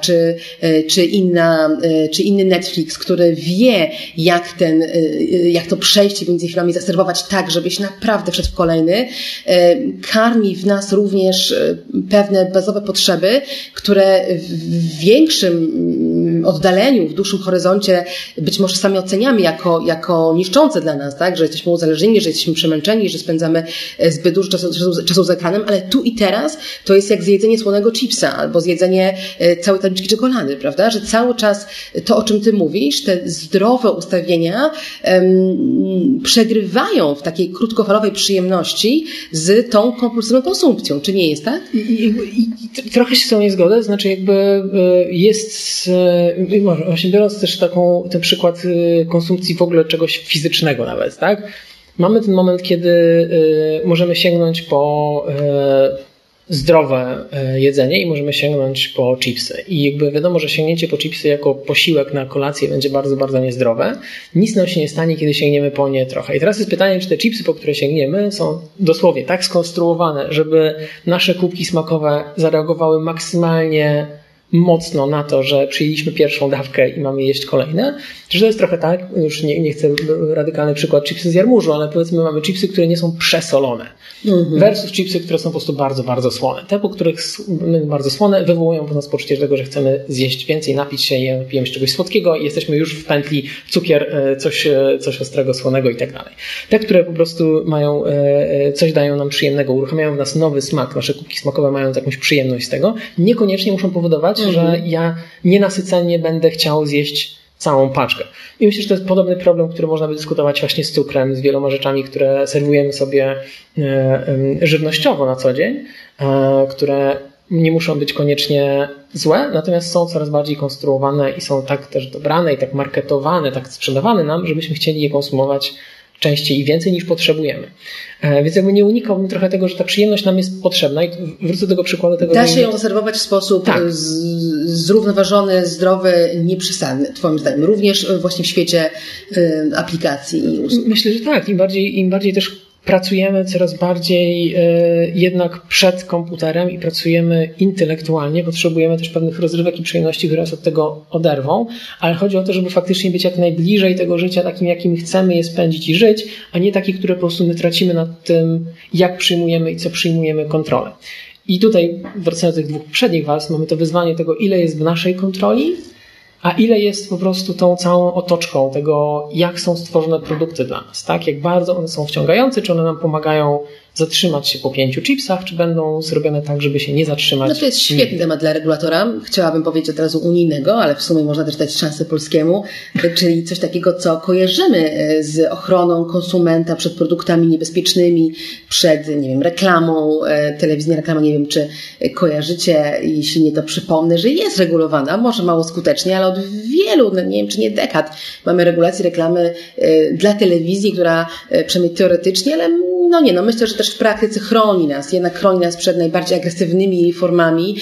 czy inny Netflix, który wie, jak to przejście między chwilami zaserwować tak, żebyś naprawdę wszedł w kolejny, karmi w nas również pewne bazowe potrzeby, które w większym oddaleniu, w dłuższym horyzoncie być może sami oceniamy jako niszczące dla nas, tak? Że jesteśmy uzależnieni, że jesteśmy przemęczeni, że spędzamy zbyt dużo czasu z ekranem, ale tu i teraz to jest jak zjedzenie słonego chipsa albo zjedzenie całej tabliczki czekolady, prawda? Że cały czas to, o czym ty mówisz, te zdrowe ustawienia przegrywają w takiej krótkofalowej przyjemności z tą kompulsywną konsumpcją. Czy nie jest tak? I trochę się z tą nie zgodzę, znaczy jakby jest, właśnie biorąc też ten przykład konsumpcji w ogóle czegoś fizycznego nawet, tak? Mamy ten moment, kiedy możemy sięgnąć po zdrowe jedzenie i możemy sięgnąć po chipsy. I jakby wiadomo, że sięgnięcie po chipsy jako posiłek na kolację będzie bardzo, bardzo niezdrowe. Nic nam się nie stanie, kiedy sięgniemy po nie trochę. I teraz jest pytanie, czy te chipsy, po które sięgniemy, są dosłownie tak skonstruowane, żeby nasze kubki smakowe zareagowały maksymalnie mocno na to, że przyjęliśmy pierwszą dawkę i mamy jeść kolejne. Czy to jest trochę tak, już nie chcę radykalny przykład chipsy z jarmużu, ale powiedzmy mamy chipsy, które nie są przesolone versus chipsy, które są po prostu bardzo, bardzo słone. Te, po których bardzo słone, wywołują w nas poczucie tego, że chcemy zjeść więcej, napić się, pijemy czegoś słodkiego i jesteśmy już w pętli cukier, coś ostrego, słonego i tak dalej. Te, które po prostu mają, coś dają nam przyjemnego, uruchamiają w nas nowy smak, nasze kubki smakowe mają jakąś przyjemność z tego, niekoniecznie muszą powodować, że ja nienasycenie będę chciał zjeść całą paczkę. I myślę, że to jest podobny problem, który można by dyskutować właśnie z cukrem, z wieloma rzeczami, które serwujemy sobie żywnościowo na co dzień, które nie muszą być koniecznie złe, natomiast są coraz bardziej konstruowane i są tak też dobrane i tak marketowane, tak sprzedawane nam, żebyśmy chcieli je konsumować częściej i więcej niż potrzebujemy. Więc jakby nie unikałbym trochę tego, że ta przyjemność nam jest potrzebna i wrócę do tego przykładu. Da się ją zaserwować w sposób zrównoważony, zdrowy, nieprzesadny, twoim zdaniem. Również właśnie w świecie aplikacji i usług. Myślę, że tak. Im bardziej też pracujemy coraz bardziej jednak przed komputerem i pracujemy intelektualnie, potrzebujemy też pewnych rozrywek i przyjemności, które nas od tego oderwą, ale chodzi o to, żeby faktycznie być jak najbliżej tego życia takim, jakim chcemy je spędzić i żyć, a nie takie, które po prostu my tracimy nad tym, jak przyjmujemy i co przyjmujemy kontrolę. I tutaj, wracając do tych dwóch poprzednich warstw, mamy to wyzwanie tego, ile jest w naszej kontroli a ile jest po prostu tą całą otoczką tego, jak są stworzone produkty dla nas, tak? Jak bardzo one są wciągające, czy one nam pomagają zatrzymać się po 5 chipsach, czy będą zrobione tak, żeby się nie zatrzymać. No to jest świetny temat dla regulatora. Chciałabym powiedzieć od razu unijnego, ale w sumie można też dać szansę polskiemu, czyli coś takiego, co kojarzymy z ochroną konsumenta przed produktami niebezpiecznymi, przed, nie wiem, reklamą, telewizyjna reklama, nie wiem, czy kojarzycie, jeśli nie, to przypomnę, że jest regulowana, może mało skutecznie, ale od wielu, nie wiem, czy nie dekad, mamy regulację reklamy dla telewizji, która przynajmniej teoretycznie, ale myślę, że też w praktyce chroni nas przed najbardziej agresywnymi formami.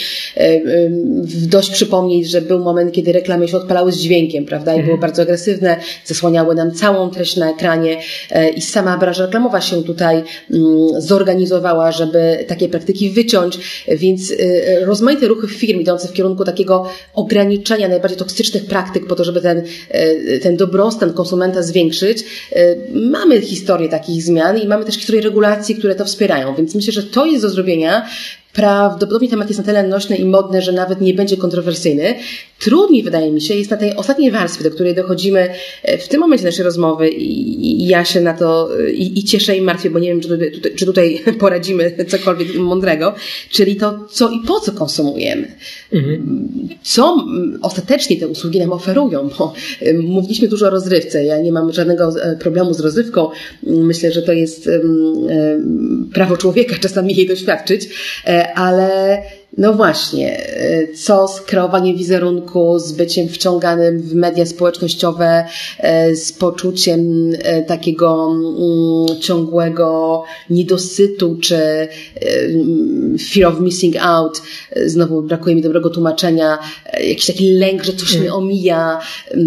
Dość przypomnieć, że był moment, kiedy reklamy się odpalały z dźwiękiem, prawda, i były bardzo agresywne, zasłaniały nam całą treść na ekranie i sama branża reklamowa się tutaj zorganizowała, żeby takie praktyki wyciąć, więc rozmaite ruchy firm idące w kierunku takiego ograniczenia najbardziej toksycznych praktyk po to, żeby ten dobrostan konsumenta zwiększyć. Mamy historię takich zmian i mamy też historię regulacji, które to wspierają, więc myślę, że to jest do zrobienia. Prawdopodobnie temat jest na tyle nośny i modny, że nawet nie będzie kontrowersyjny. Trudniej, wydaje mi się, jest na tej ostatniej warstwie, do której dochodzimy w tym momencie naszej rozmowy i ja się na to i cieszę i martwię, bo nie wiem, czy tutaj poradzimy cokolwiek mądrego, czyli to, co i po co konsumujemy. Co ostatecznie te usługi nam oferują, bo mówiliśmy dużo o rozrywce. Ja nie mam żadnego problemu z rozrywką. Myślę, że to jest prawo człowieka czasami jej doświadczyć, ale no właśnie, co z kreowaniem wizerunku, z byciem wciąganym w media społecznościowe, z poczuciem takiego ciągłego niedosytu, czy fear of missing out, znowu brakuje mi dobrego tłumaczenia, jakiś taki lęk, że coś mnie omija,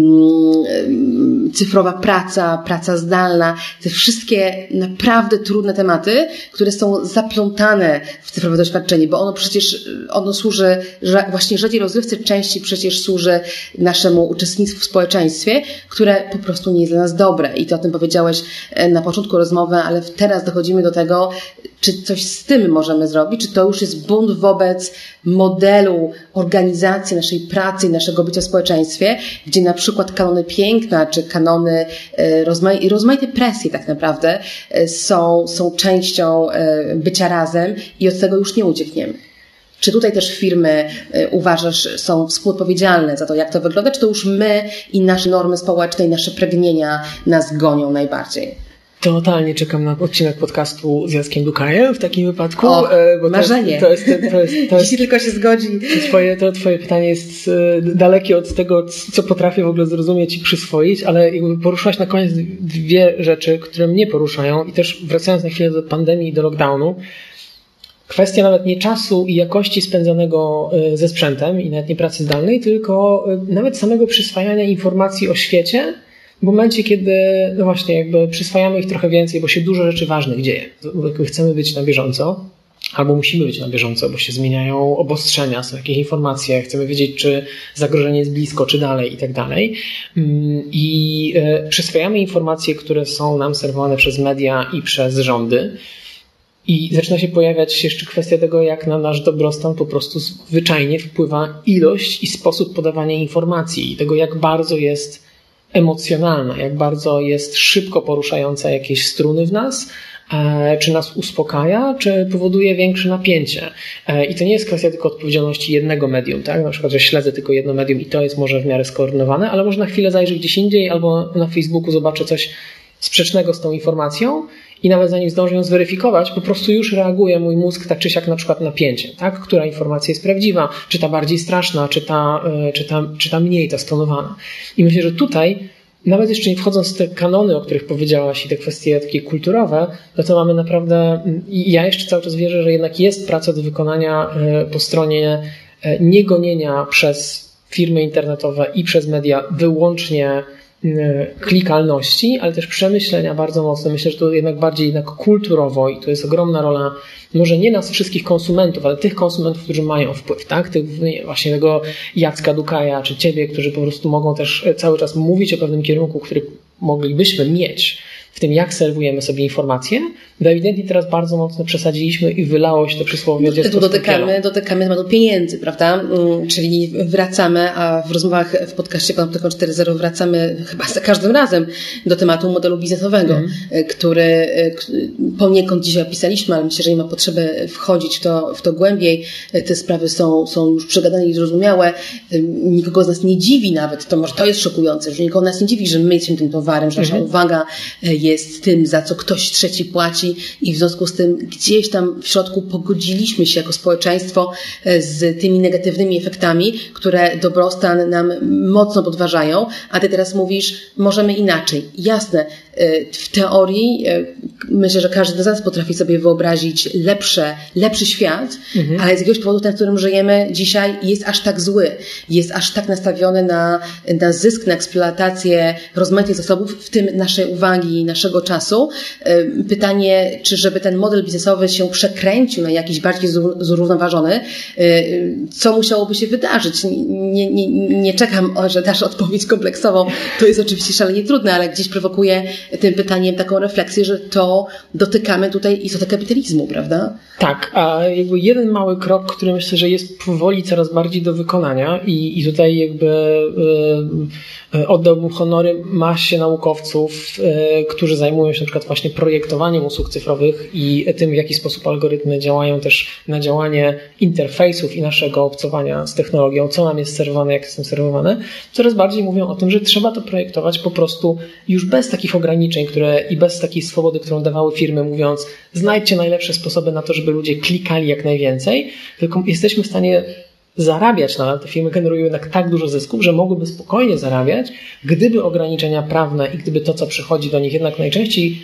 cyfrowa praca zdalna, te wszystkie naprawdę trudne tematy, które są zaplątane w cyfrowe doświadczenie, bo ono służy, właśnie rzadziej rozrywce, częściej przecież służy naszemu uczestnictwu w społeczeństwie, które po prostu nie jest dla nas dobre. I ty o tym powiedziałeś na początku rozmowy, ale teraz dochodzimy do tego, czy coś z tym możemy zrobić, czy to już jest bunt wobec modelu organizacji naszej pracy i naszego bycia w społeczeństwie, gdzie na przykład kanony piękna, czy kanony rozmaite presje tak naprawdę są częścią bycia razem i od tego już nie uciekniemy. Czy tutaj też firmy, uważasz, są współodpowiedzialne za to, jak to wygląda, czy to już my i nasze normy społeczne i nasze pragnienia nas gonią najbardziej? Totalnie czekam na odcinek podcastu z Jackiem Dukajem w takim wypadku. Bo marzenie. Jeśli tylko się zgodzi. To twoje pytanie jest dalekie od tego, co potrafię w ogóle zrozumieć i przyswoić, ale jakby poruszyłaś na koniec dwie rzeczy, które mnie poruszają i też wracając na chwilę do pandemii i do lockdownu, kwestia nawet nie czasu i jakości spędzonego ze sprzętem i nawet nie pracy zdalnej, tylko nawet samego przyswajania informacji o świecie w momencie, kiedy no właśnie jakby przyswajamy ich trochę więcej, bo się dużo rzeczy ważnych dzieje. Chcemy być na bieżąco albo musimy być na bieżąco, bo się zmieniają obostrzenia, są jakieś informacje, chcemy wiedzieć, czy zagrożenie jest blisko, czy dalej i tak dalej. I przyswajamy informacje, które są nam serwowane przez media i przez rządy. I zaczyna się pojawiać jeszcze kwestia tego, jak na nasz dobrostan po prostu zwyczajnie wpływa ilość i sposób podawania informacji i tego, jak bardzo jest emocjonalna, jak bardzo jest szybko poruszająca jakieś struny w nas, czy nas uspokaja, czy powoduje większe napięcie. I to nie jest kwestia tylko odpowiedzialności jednego medium, tak? Na przykład, że śledzę tylko jedno medium i to jest może w miarę skoordynowane, ale może na chwilę zajrzeć gdzieś indziej albo na Facebooku zobaczę coś sprzecznego z tą informacją i nawet zanim zdążę ją zweryfikować, po prostu już reaguje mój mózg tak czy siak na przykład napięciem, tak? Która informacja jest prawdziwa, czy ta bardziej straszna, czy ta mniej, ta stonowana. I myślę, że tutaj, nawet jeszcze nie wchodząc w te kanony, o których powiedziałaś i te kwestie takie kulturowe, no to mamy naprawdę, i ja jeszcze cały czas wierzę, że jednak jest praca do wykonania po stronie niegonienia przez firmy internetowe i przez media wyłącznie klikalności, ale też przemyślenia bardzo mocno. Myślę, że to jednak kulturowo i to jest ogromna rola, może nie nas wszystkich konsumentów, ale tych konsumentów, którzy mają wpływ, tak? Właśnie tego Jacka Dukaja, czy ciebie, którzy po prostu mogą też cały czas mówić o pewnym kierunku, który moglibyśmy mieć w tym, jak serwujemy sobie informacje, bo ewidentnie teraz bardzo mocno przesadziliśmy i wylało się to przysłowie dziecko. Dotykamy tematu pieniędzy, prawda? Czyli wracamy, a w rozmowach w podcaście Panoptykon 4.0 wracamy chyba za każdym razem do tematu modelu biznesowego, który poniekąd dzisiaj opisaliśmy, ale myślę, że nie ma potrzeby wchodzić w to głębiej. Te sprawy są już przegadane i zrozumiałe. Nikogo z nas nie dziwi nawet, to może to jest szokujące, że nikogo z nas nie dziwi, że my jesteśmy tym towarem, że nasza uwaga jest tym, za co ktoś trzeci płaci i w związku z tym gdzieś tam w środku pogodziliśmy się jako społeczeństwo z tymi negatywnymi efektami, które dobrostan nam mocno podważają, a ty teraz mówisz, możemy inaczej. Jasne, w teorii myślę, że każdy z nas potrafi sobie wyobrazić lepszy świat, ale z jakiegoś powodu ten, w którym żyjemy dzisiaj jest aż tak zły, jest aż tak nastawiony na zysk, na eksploatację rozmaitych zasobów, w tym naszej uwagi i naszego czasu. Pytanie, czy żeby ten model biznesowy się przekręcił na jakiś bardziej zrównoważony, co musiałoby się wydarzyć? Nie czekam, że dasz odpowiedź kompleksową. To jest oczywiście szalenie trudne, ale gdzieś prowokuje tym pytaniem taką refleksję, że to dotykamy tutaj istoty kapitalizmu, prawda? Tak, a jakby jeden mały krok, który myślę, że jest powoli coraz bardziej do wykonania i tutaj jakby oddałbym honory masie naukowców, którzy zajmują się na przykład właśnie projektowaniem usług cyfrowych i tym, w jaki sposób algorytmy działają też na działanie interfejsów i naszego obcowania z technologią, co nam jest serwowane, jak jest nam serwowane, coraz bardziej mówią o tym, że trzeba to projektować po prostu już bez takich ograniczeń, i bez takiej swobody, którą dawały firmy, mówiąc, znajdźcie najlepsze sposoby na to, żeby ludzie klikali jak najwięcej, tylko jesteśmy w stanie zarabiać nadal. Te firmy generują jednak tak dużo zysków, że mogłyby spokojnie zarabiać, gdyby ograniczenia prawne i gdyby to, co przychodzi do nich jednak najczęściej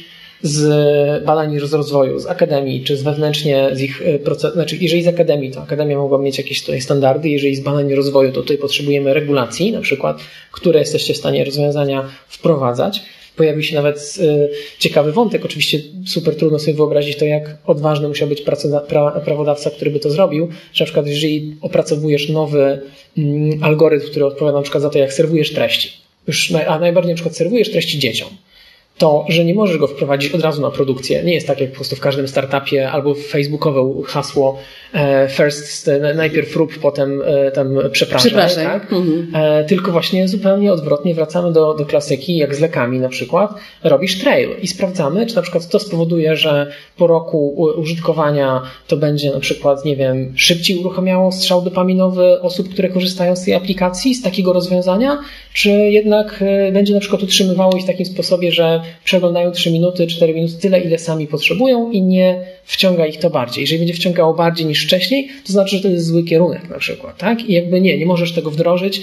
z badań i rozwoju, z akademii, czy z wewnętrznie z ich procesu, znaczy jeżeli z akademii, to akademia mogła mieć jakieś tutaj standardy, jeżeli z badań i rozwoju, to tutaj potrzebujemy regulacji, na przykład, które jesteście w stanie rozwiązania wprowadzać. Pojawił się nawet ciekawy wątek. Oczywiście super trudno sobie wyobrazić to, jak odważny musiał być prawodawca, który by to zrobił. Że na przykład jeżeli opracowujesz nowy algorytm, który odpowiada na przykład za to, jak serwujesz treści, a najbardziej na przykład serwujesz treści dzieciom, to, że nie możesz go wprowadzić od razu na produkcję. Nie jest tak jak po prostu w każdym startupie albo facebookowe hasło first, najpierw rób, potem tam przepraszaj. Tak? Tylko właśnie zupełnie odwrotnie wracamy do klasyki, jak z lekami na przykład. Robisz trail i sprawdzamy, czy na przykład to spowoduje, że po roku użytkowania to będzie na przykład, nie wiem, szybciej uruchamiało strzał dopaminowy osób, które korzystają z tej aplikacji, z takiego rozwiązania, czy jednak będzie na przykład utrzymywało ich w takim sposobie, że przeglądają 3 minuty, 4 minuty, tyle ile sami potrzebują i nie wciąga ich to bardziej. Jeżeli będzie wciągało bardziej niż wcześniej, to znaczy, że to jest zły kierunek na przykład, tak? I jakby nie możesz tego wdrożyć.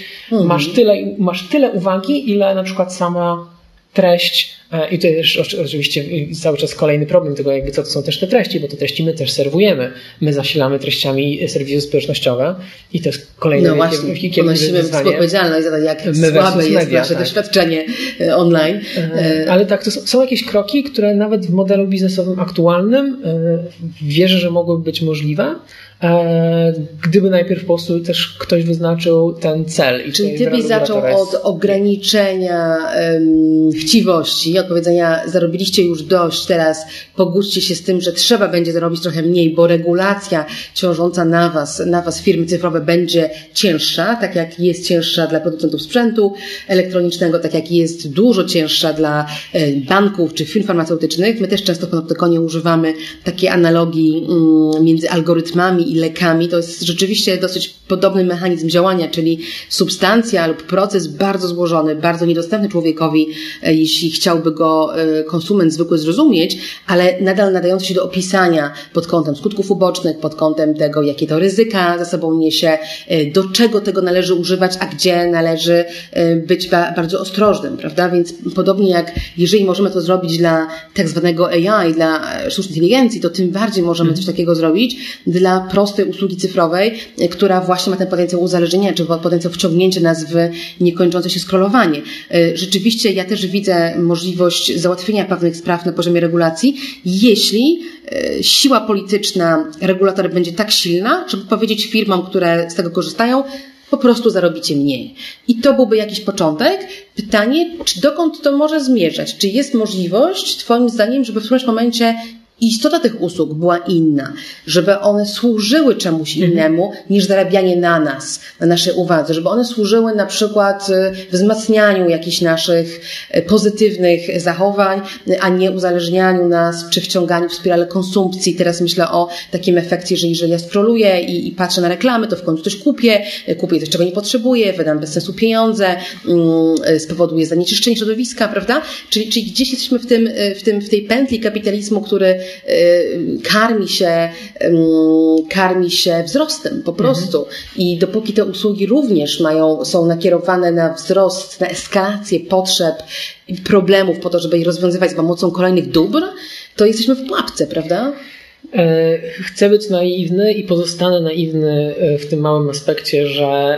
Masz tyle uwagi, ile na przykład sama treść, i to jest oczywiście cały czas kolejny problem tego, jakby co to są też te treści, bo te treści my też serwujemy. My zasilamy treściami serwisy społecznościowe i to jest kolejne ponosimy odpowiedzialność za to, jak słabe jest nasze doświadczenie online. Ale tak, to są jakieś kroki, które nawet w modelu biznesowym aktualnym wierzę, że mogłyby być możliwe, gdyby najpierw po prostu też ktoś wyznaczył ten cel. Czyli ty byś zaczął od ograniczenia chciwości, od powiedzenia, zarobiliście już dość, teraz pogódźcie się z tym, że trzeba będzie zarobić trochę mniej, bo regulacja ciążąca na was firmy cyfrowe będzie cięższa, tak jak jest cięższa dla producentów sprzętu elektronicznego, tak jak jest dużo cięższa dla banków czy firm farmaceutycznych. My też często w Panoptykonie używamy takiej analogii między algorytmami i lekami. To jest rzeczywiście dosyć podobny mechanizm działania, czyli substancja lub proces bardzo złożony, bardzo niedostępny człowiekowi, jeśli chciałby go konsument zwykły zrozumieć, ale nadal nadający się do opisania pod kątem skutków ubocznych, pod kątem tego, jakie to ryzyka za sobą niesie, do czego tego należy używać, a gdzie należy być bardzo ostrożnym, prawda? Więc podobnie jak jeżeli możemy to zrobić dla tak zwanego AI, dla sztucznej inteligencji, to tym bardziej możemy coś takiego zrobić dla prostej usługi cyfrowej, która właśnie ma ten potencjał uzależnienia, czy potencjał wciągnięcia nas w niekończące się scrollowanie. Rzeczywiście ja też widzę możliwość załatwienia pewnych spraw na poziomie regulacji, jeśli siła polityczna regulatora będzie tak silna, żeby powiedzieć firmom, które z tego korzystają, po prostu zarobicie mniej. I to byłby jakiś początek. Pytanie, czy dokąd to może zmierzać? Czy jest możliwość, twoim zdaniem, żeby w którymś momencie istota tych usług była inna, żeby one służyły czemuś innemu niż zarabianie na nas, na naszej uwadze, żeby one służyły na przykład wzmacnianiu jakichś naszych pozytywnych zachowań, a nie uzależnianiu nas czy wciąganiu w spiralę konsumpcji. Teraz myślę o takim efekcie, że jeżeli ja scrolluję i patrzę na reklamy, to w końcu coś kupię coś, czego nie potrzebuję, wydam bez sensu pieniądze, spowoduje zanieczyszczenie środowiska, prawda? Czyli gdzieś jesteśmy w tej pętli kapitalizmu, który karmi się wzrostem po prostu. I dopóki te usługi również są nakierowane na wzrost, na eskalację potrzeb i problemów po to, żeby je rozwiązywać za pomocą kolejnych dóbr, to jesteśmy w pułapce, prawda? Chcę być naiwny i pozostanę naiwny w tym małym aspekcie, że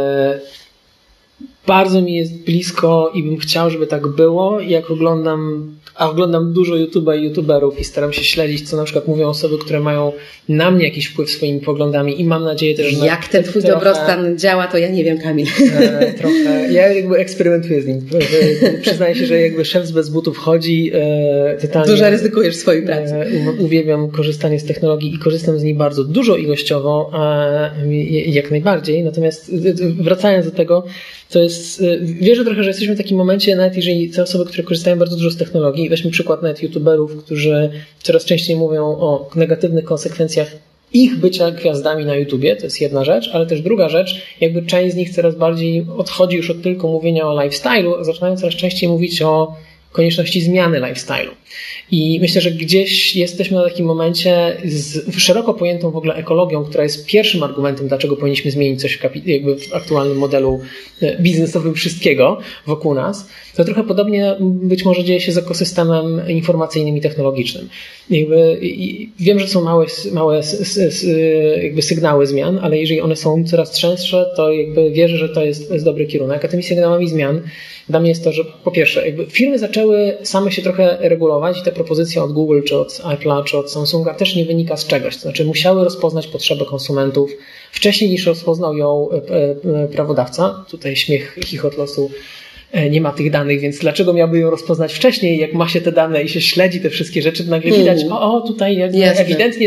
bardzo mi jest blisko i bym chciał, żeby tak było. Jak oglądam dużo YouTube'a i YouTuberów i staram się śledzić, co na przykład mówią osoby, które mają na mnie jakiś wpływ swoimi poglądami i mam nadzieję też, że... Jak ten twój dobrostan działa, to ja nie wiem, Kamil. Trochę. Ja jakby eksperymentuję z nim. Przyznaję się, że jakby szef bez butów chodzi totalnie... Dużo ryzykujesz w swojej pracy. Uwielbiam korzystanie z technologii i korzystam z niej bardzo dużo ilościowo, jak najbardziej. Natomiast wracając do tego, to jest... Wierzę trochę, że jesteśmy w takim momencie, nawet jeżeli te osoby, które korzystają bardzo dużo z technologii, weźmy przykład nawet YouTuberów, którzy coraz częściej mówią o negatywnych konsekwencjach ich bycia gwiazdami na YouTubie, to jest jedna rzecz, ale też druga rzecz, jakby część z nich coraz bardziej odchodzi już od tylko mówienia o lifestyle'u, a zaczynają coraz częściej mówić o konieczności zmiany lifestyle'u. I myślę, że gdzieś jesteśmy na takim momencie z szeroko pojętą w ogóle ekologią, która jest pierwszym argumentem, dlaczego powinniśmy zmienić coś jakby w aktualnym modelu biznesowym wszystkiego wokół nas. To trochę podobnie być może dzieje się z ekosystemem informacyjnym i technologicznym. Wiem, że są małe jakby sygnały zmian, ale jeżeli one są coraz częstsze, to jakby wierzę, że to jest dobry kierunek. A tymi sygnałami zmian dla mnie jest to, że po pierwsze, jakby firmy zaczęły same się trochę regulować i te propozycje od Google, czy od Apple'a, czy od Samsunga też nie wynika z czegoś. To znaczy musiały rozpoznać potrzeby konsumentów wcześniej niż rozpoznał ją prawodawca. Tutaj śmiech, chichot losu. Nie ma tych danych, więc dlaczego miałby ją rozpoznać wcześniej, jak ma się te dane i się śledzi te wszystkie rzeczy, to nagle widać, tutaj ewidentnie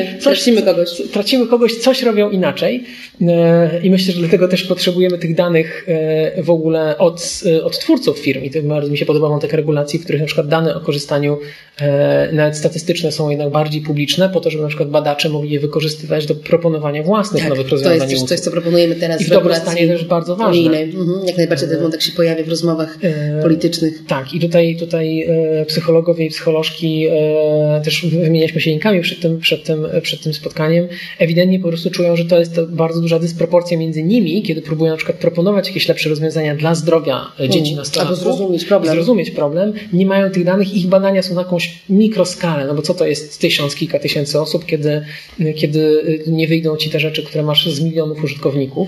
tracimy kogoś, coś robią inaczej. I myślę, że dlatego też potrzebujemy tych danych w ogóle od twórców firm. I to bardzo mi się podoba wątek regulacji, w których na przykład dane o korzystaniu nawet statystyczne są jednak bardziej publiczne, po to, żeby na przykład badacze mogli je wykorzystywać do proponowania własnych nowych rozwiązań. To jest coś, co proponujemy teraz i w dobrostanie też bardzo ważne. Jak najbardziej ten wątek się pojawia w rozmowach politycznych. Tak, i tutaj psychologowie i psycholożki też wymienialiśmy się linkami przed tym spotkaniem. Ewidentnie po prostu czują, że to jest bardzo duża dysproporcja między nimi, kiedy próbują na przykład proponować jakieś lepsze rozwiązania dla zdrowia dzieci nastolatków. Albo zrozumieć problem. Nie mają tych danych, ich badania są na jakąś mikroskalę, no bo co to jest 1000, kilka tysięcy osób, kiedy nie wyjdą ci te rzeczy, które masz z milionów użytkowników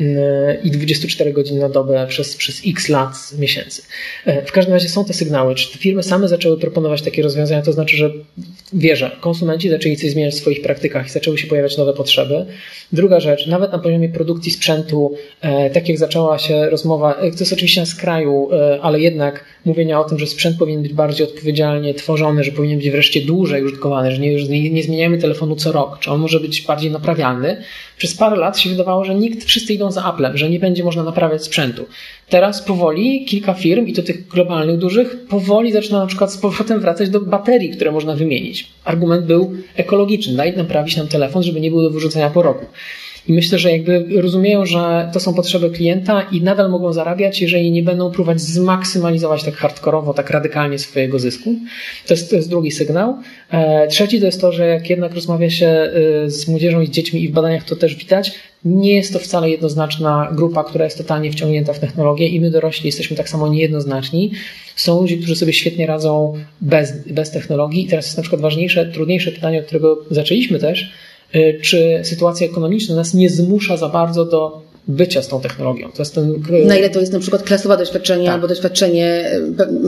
i 24 godziny na dobę przez x lat, miesięcy. W każdym razie są te sygnały. Czy te firmy same zaczęły proponować takie rozwiązania, to znaczy, że wierzę, konsumenci zaczęli coś zmieniać w swoich praktykach i zaczęły się pojawiać nowe potrzeby. Druga rzecz, nawet na poziomie produkcji sprzętu, tak jak zaczęła się rozmowa, to jest oczywiście na skraju, ale jednak mówienia o tym, że sprzęt powinien być bardziej odpowiedzialnie tworzony, że powinien być wreszcie dłużej użytkowany, że nie zmieniamy telefonu co rok, czy on może być bardziej naprawialny. Przez parę lat się wydawało, że wszyscy idą za Apple'em, że nie będzie można naprawiać sprzętu. Teraz powoli kilka firm, i to tych globalnych dużych, powoli zaczyna na przykład z powrotem wracać do baterii, które można wymienić. Argument był ekologiczny. Daj naprawić nam telefon, żeby nie był do wyrzucenia po roku. I myślę, że jakby rozumieją, że to są potrzeby klienta i nadal mogą zarabiać, jeżeli nie będą próbować zmaksymalizować tak hardkorowo, tak radykalnie swojego zysku. To jest drugi sygnał. Trzeci to jest to, że jak jednak rozmawia się z młodzieżą i z dziećmi i w badaniach to też widać, nie jest to wcale jednoznaczna grupa, która jest totalnie wciągnięta w technologię i my dorośli jesteśmy tak samo niejednoznaczni. Są ludzie, którzy sobie świetnie radzą bez technologii. I teraz jest na przykład trudniejsze pytanie, od którego zaczęliśmy też, czy sytuacja ekonomiczna nas nie zmusza za bardzo do bycia z tą technologią. To jest na ile to jest na przykład klasowe doświadczenie, tak, albo doświadczenie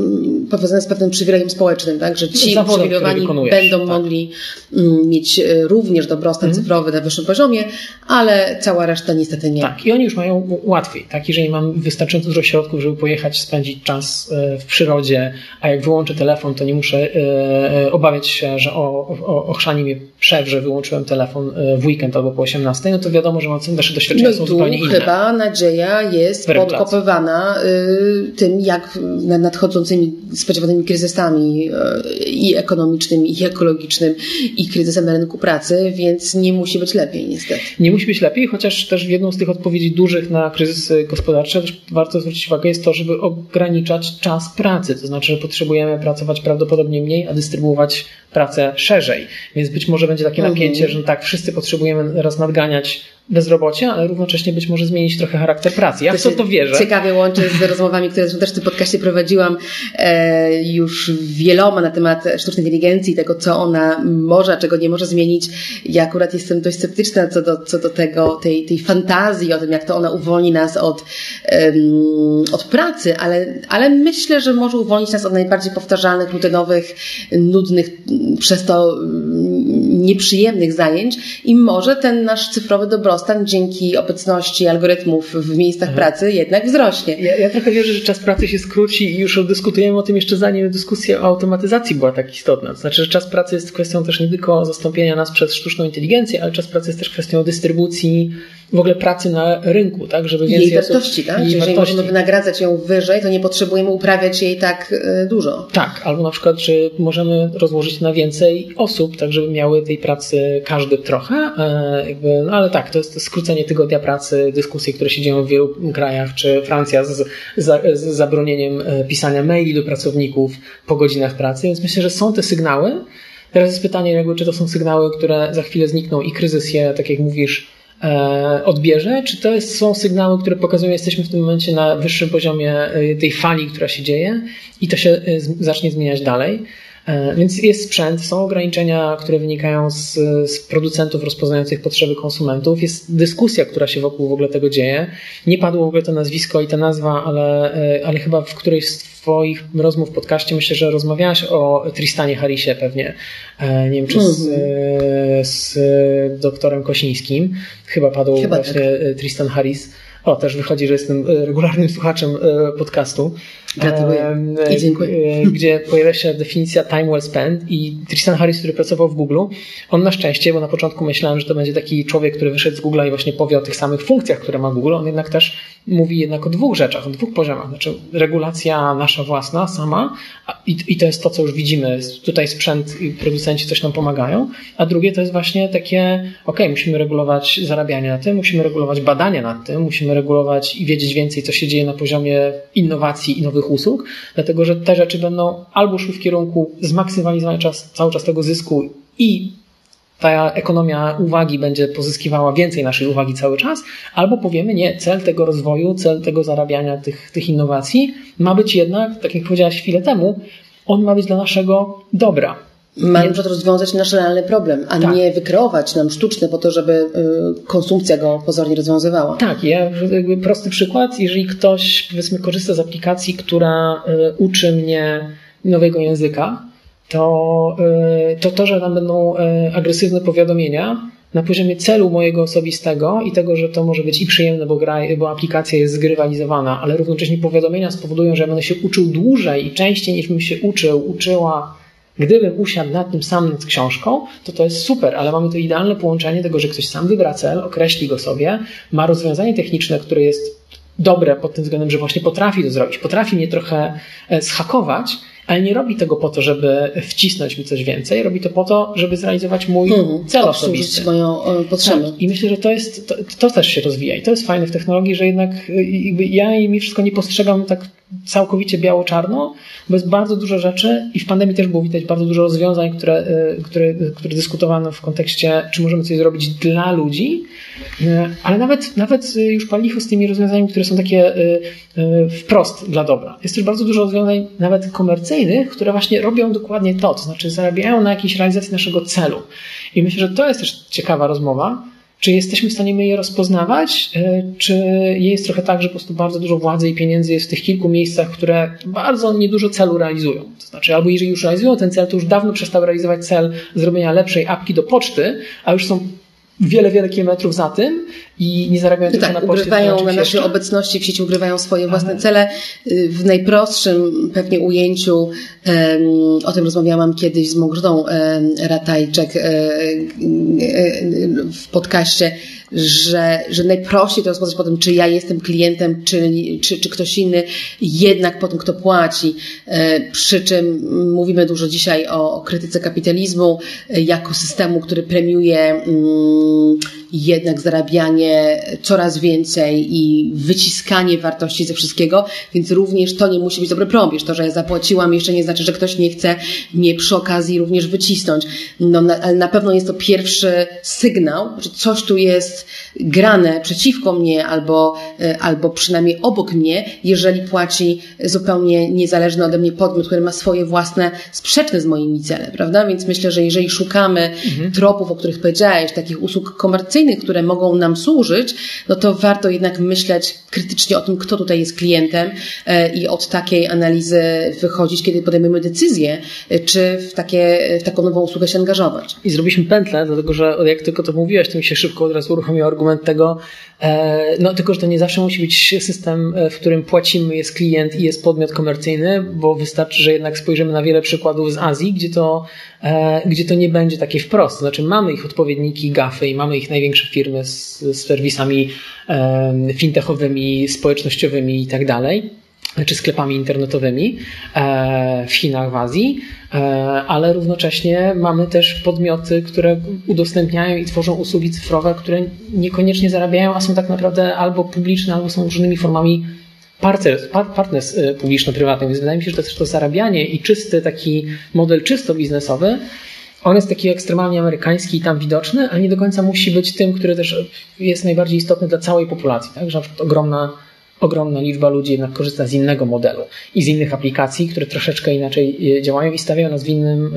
powiązane z pewnym przywilejem społecznym, tak? Że ci uprzywilejowani będą mogli mieć również dobrostan cyfrowy na wyższym poziomie, ale cała reszta niestety nie. Tak, i oni już mają łatwiej, tak? Jeżeli mam wystarczająco dużo środków, żeby pojechać, spędzić czas w przyrodzie, a jak wyłączę telefon, to nie muszę obawiać się, że ochrzani mnie przew, że wyłączyłem telefon w weekend albo po 18, no to wiadomo, że nasze doświadczenia są zupełnie inne. Chyba nadzieja jest podkopywana tym, jak nadchodzącymi spodziewanymi kryzysami i ekonomicznym, i ekologicznym, i kryzysem na rynku pracy, więc nie musi być lepiej niestety. Nie musi być lepiej, chociaż też jedną z tych odpowiedzi dużych na kryzysy gospodarcze, też warto zwrócić uwagę, jest to, żeby ograniczać czas pracy. To znaczy, że potrzebujemy pracować prawdopodobnie mniej, a dystrybuować pracę szerzej. Więc być może będzie takie napięcie, że tak, wszyscy potrzebujemy teraz nadganiać bezrobocie, ale równocześnie być może zmienić trochę charakter pracy. Ja w to wierzę. Ciekawie łączy z rozmowami, które też w tym podcaście prowadziłam już wieloma na temat sztucznej inteligencji, tego co ona może, a czego nie może zmienić. Ja akurat jestem dość sceptyczna co do tego, tej fantazji o tym, jak to ona uwolni nas od pracy, ale myślę, że może uwolnić nas od najbardziej powtarzalnych, rutynowych, nudnych, przez to nieprzyjemnych zajęć i może ten nasz cyfrowy dobrostan dzięki obecności algorytmów w miejscach pracy jednak wzrośnie. Ja trochę wierzę, że czas pracy się skróci i już dyskutujemy o tym jeszcze zanim dyskusja o automatyzacji była tak istotna. To znaczy, że czas pracy jest kwestią też nie tylko zastąpienia nas przez sztuczną inteligencję, ale czas pracy jest też kwestią dystrybucji w ogóle pracy na rynku, tak, żeby więcej jej wartości, tak? Czyli jeżeli możemy wynagradzać ją wyżej, to nie potrzebujemy uprawiać jej tak dużo. Tak, albo na przykład, że możemy rozłożyć na więcej osób, tak żeby miały tej pracy każdy trochę, no ale tak, to jest skrócenie tygodnia pracy, dyskusje, które się dzieją w wielu krajach, czy Francja z zabronieniem pisania maili do pracowników po godzinach pracy, więc myślę, że są te sygnały. Teraz jest pytanie, czy to są sygnały, które za chwilę znikną i kryzys je, tak jak mówisz, odbierze, czy to są sygnały, które pokazują, że jesteśmy w tym momencie na wyższym poziomie tej fali, która się dzieje i to się zacznie zmieniać dalej. Więc jest sprzęt, są ograniczenia, które wynikają z producentów rozpoznających potrzeby konsumentów. Jest dyskusja, która się wokół w ogóle tego dzieje. Nie padło w ogóle to nazwisko i ta nazwa, ale chyba w którejś z twoich rozmów w podcaście myślę, że rozmawiałaś o Tristanie Harrisie pewnie. Nie wiem, czy z doktorem Kosińskim. Chyba padł właśnie tak. Tristan Harris. Też wychodzi, że jestem regularnym słuchaczem podcastu. Gratuluję i dziękuję. Gdzie pojawia się definicja time well spent i Tristan Harris, który pracował w Google, on na szczęście, bo na początku myślałem, że to będzie taki człowiek, który wyszedł z Google'a i właśnie powie o tych samych funkcjach, które ma Google, on jednak też mówi o dwóch rzeczach, o dwóch poziomach. Znaczy regulacja nasza własna, sama i to jest to, co już widzimy. Tutaj sprzęt i producenci coś nam pomagają, a drugie to jest właśnie takie, musimy regulować zarabianie na tym, musimy regulować badania nad tym, musimy regulować i wiedzieć więcej, co się dzieje na poziomie innowacji i nowych usług, dlatego że te rzeczy będą albo szły w kierunku zmaksymalizowania cały czas tego zysku i ta ekonomia uwagi będzie pozyskiwała więcej naszej uwagi cały czas, albo powiemy nie, cel tego rozwoju, cel tego zarabiania tych innowacji ma być jednak, tak jak powiedziałaś chwilę temu, on ma być dla naszego dobra. Ma na przykład rozwiązać nasz realny problem, a nie wykreować nam sztuczny po to, żeby konsumpcja go pozornie rozwiązywała. Tak, prosty przykład, jeżeli ktoś powiedzmy korzysta z aplikacji, która uczy mnie nowego języka, to, że tam będą agresywne powiadomienia na poziomie celu mojego osobistego i tego, że to może być i przyjemne, bo aplikacja jest zgrywalizowana, ale równocześnie powiadomienia spowodują, że ja będę się uczył dłużej i częściej niż bym się uczyła, gdybym usiadł nad tym sam nad książką, to jest super, ale mamy to idealne połączenie tego, że ktoś sam wybra cel, określi go sobie, ma rozwiązanie techniczne, które jest dobre pod tym względem, że właśnie potrafi to zrobić, potrafi mnie trochę zhakować, ale nie robi tego po to, żeby wcisnąć mi coś więcej, robi to po to, żeby zrealizować mój cel osobisty. Moją potrzebę. Tak. I myślę, że to też się rozwija i to jest fajne w technologii, że jednak ja i mi wszystko nie postrzegam tak całkowicie biało-czarno, bo jest bardzo dużo rzeczy i w pandemii też było widać bardzo dużo rozwiązań, które dyskutowano w kontekście, czy możemy coś zrobić dla ludzi, ale nawet już pal licho z tymi rozwiązaniami, które są takie wprost dla dobra. Jest też bardzo dużo rozwiązań nawet komercyjnych, które właśnie robią dokładnie to znaczy zarabiają na jakiejś realizacji naszego celu. I myślę, że to jest też ciekawa rozmowa, czy jesteśmy w stanie my je rozpoznawać, czy jest trochę tak, że po prostu bardzo dużo władzy i pieniędzy jest w tych kilku miejscach, które bardzo niedużo celu realizują. To znaczy, albo jeżeli już realizują ten cel, to już dawno przestały realizować cel zrobienia lepszej apki do poczty, a już są wiele kilometrów za tym i nie zarabiają tylko na poczcie. Ugrywają na naszej obecności w sieci, ugrywają swoje własne cele. W najprostszym pewnie ujęciu, o tym rozmawiałam kiedyś z Małgorzytą Ratajczak w podcaście, że najprościej to rozpoznać po tym, czy ja jestem klientem, czy ktoś inny, jednak po tym, kto płaci. Przy czym mówimy dużo dzisiaj o krytyce kapitalizmu jako systemu, który premiuje jednak zarabianie coraz więcej i wyciskanie wartości ze wszystkiego, więc również to nie musi być dobry prąd. To, że ja zapłaciłam, jeszcze nie znaczy, że ktoś nie chce mnie przy okazji również wycisnąć. Ale na pewno jest to pierwszy sygnał, że coś tu jest grane przeciwko mnie albo przynajmniej obok mnie, jeżeli płaci zupełnie niezależny ode mnie podmiot, który ma swoje własne, sprzeczne z moimi celami, prawda? Więc myślę, że jeżeli szukamy tropów, o których powiedziałeś, takich usług komercyjnych, które mogą nam służyć, no to warto jednak myśleć krytycznie o tym, kto tutaj jest klientem i od takiej analizy wychodzić, kiedy podejmujemy decyzję, czy w taką nową usługę się angażować. I zrobiliśmy pętlę, dlatego że jak tylko to mówiłaś, to mi się szybko od razu uruchomił argument tego, tylko że to nie zawsze musi być system, w którym płacimy, jest klient i jest podmiot komercyjny, bo wystarczy, że jednak spojrzymy na wiele przykładów z Azji, gdzie to nie będzie takie wprost. To znaczy mamy ich odpowiedniki GAFy i mamy ich największe firmy z serwisami fintechowymi, społecznościowymi i tak dalej, czy sklepami internetowymi w Chinach, w Azji, ale równocześnie mamy też podmioty, które udostępniają i tworzą usługi cyfrowe, które niekoniecznie zarabiają, a są tak naprawdę albo publiczne, albo są różnymi formami partners publiczno-prywatnych. Więc wydaje mi się, że to zarabianie i czysty taki model czysto biznesowy, on jest taki ekstremalnie amerykański i tam widoczny, ale nie do końca musi być tym, który też jest najbardziej istotny dla całej populacji. Tak? Że na przykład ogromna liczba ludzi jednak korzysta z innego modelu i z innych aplikacji, które troszeczkę inaczej działają i stawiają nas w innym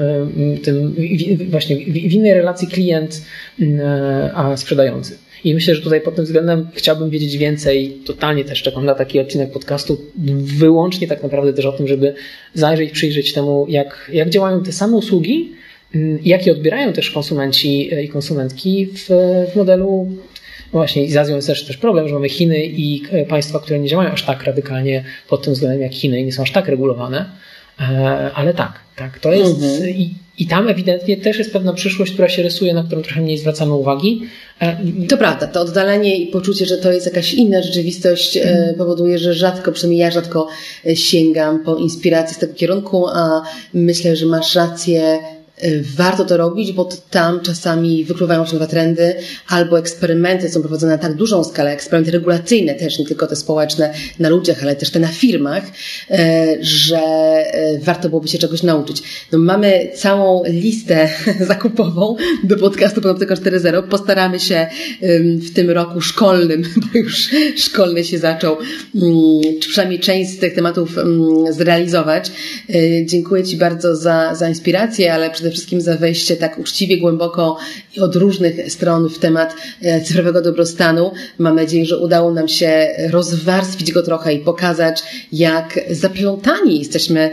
w innej relacji klient a sprzedający. I myślę, że tutaj pod tym względem chciałbym wiedzieć więcej. Totalnie też czekam na taki odcinek podcastu, wyłącznie tak naprawdę też o tym, żeby przyjrzeć temu, jak działają te same usługi, jakie odbierają też konsumenci i konsumentki w modelu. Właśnie z Azją jest też problem, że mamy Chiny i państwa, które nie działają aż tak radykalnie pod tym względem jak Chiny i nie są aż tak regulowane, ale tak, to jest i tam ewidentnie też jest pewna przyszłość, która się rysuje, na którą trochę mniej zwracamy uwagi. To prawda, to oddalenie i poczucie, że to jest jakaś inna rzeczywistość powoduje, że przynajmniej ja rzadko sięgam po inspirację z tego kierunku, a myślę, że masz rację. Warto to robić, bo tam czasami wykluwają się nowe trendy albo eksperymenty są prowadzone na tak dużą skalę, eksperymenty regulacyjne też, nie tylko te społeczne na ludziach, ale też te na firmach, że warto byłoby się czegoś nauczyć. No, mamy całą listę zakupową do podcastu Panoptyka 4.0. Postaramy się w tym roku szkolnym, bo już szkolny się zaczął, czy przynajmniej część z tych tematów zrealizować. Dziękuję Ci bardzo za inspirację, ale przede wszystkim za wejście tak uczciwie, głęboko i od różnych stron w temat cyfrowego dobrostanu. Mam nadzieję, że udało nam się rozwarstwić go trochę i pokazać, jak zaplątani jesteśmy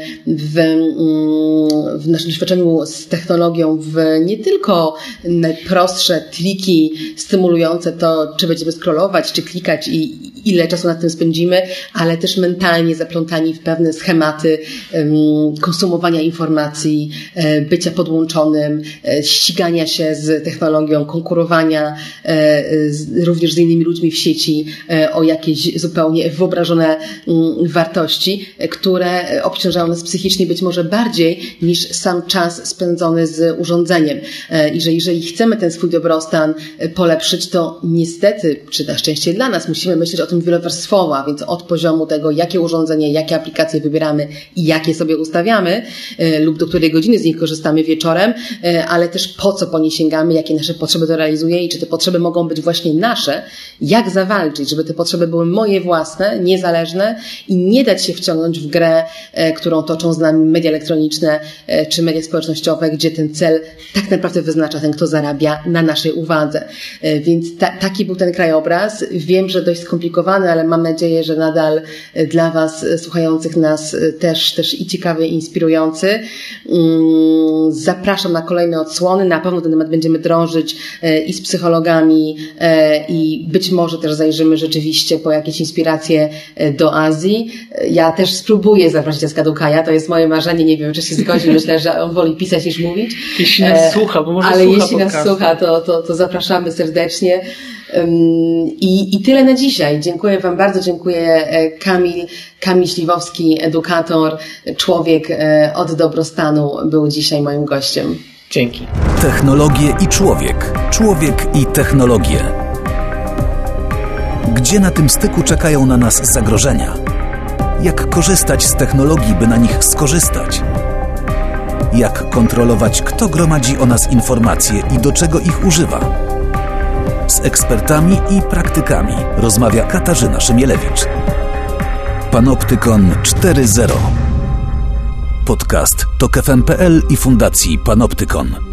w naszym doświadczeniu z technologią w nie tylko najprostsze triki stymulujące to, czy będziemy scrollować, czy klikać i ile czasu nad tym spędzimy, ale też mentalnie zaplątani w pewne schematy konsumowania informacji, bycia podłączonym, ścigania się z technologią, konkurowania również z innymi ludźmi w sieci o jakieś zupełnie wyobrażone wartości, które obciążają nas psychicznie być może bardziej niż sam czas spędzony z urządzeniem. I że jeżeli chcemy ten swój dobrostan polepszyć, to niestety, czy na szczęście dla nas, musimy myśleć o tym, wielowarstwowa, więc od poziomu tego, jakie urządzenie, jakie aplikacje wybieramy i jakie sobie ustawiamy lub do której godziny z nich korzystamy wieczorem, ale też po co po nie sięgamy, jakie nasze potrzeby to realizuje i czy te potrzeby mogą być właśnie nasze, jak zawalczyć, żeby te potrzeby były moje własne, niezależne i nie dać się wciągnąć w grę, którą toczą z nami media elektroniczne czy media społecznościowe, gdzie ten cel tak naprawdę wyznacza ten, kto zarabia na naszej uwadze. Więc taki był ten krajobraz. Wiem, że dość skomplikowany, ale mam nadzieję, że nadal dla Was, słuchających nas, też i ciekawy, i inspirujący. Zapraszam na kolejne odsłony. Na pewno ten temat będziemy drążyć i z psychologami i być może też zajrzymy rzeczywiście po jakieś inspiracje do Azji. Ja też spróbuję zaprosić Jacka Dukaja. To jest moje marzenie. Nie wiem, czy się zgodzi. Myślę, że on woli pisać niż mówić. Jeśli nas słucha, bo może ale słucha jeśli nas słucha, to zapraszamy serdecznie. I tyle na dzisiaj. Dziękuję Wam bardzo. Dziękuję Kamil Śliwowski, edukator, człowiek od dobrostanu był dzisiaj moim gościem. Dzięki. Technologie i człowiek. Człowiek i technologie. Gdzie na tym styku czekają na nas zagrożenia? Jak korzystać z technologii, by na nich skorzystać? Jak kontrolować, kto gromadzi o nas informacje i do czego ich używa? Z ekspertami i praktykami rozmawia Katarzyna Szymielewicz. Panoptykon 4.0. Podcast TOK FM.pl i Fundacji Panoptykon.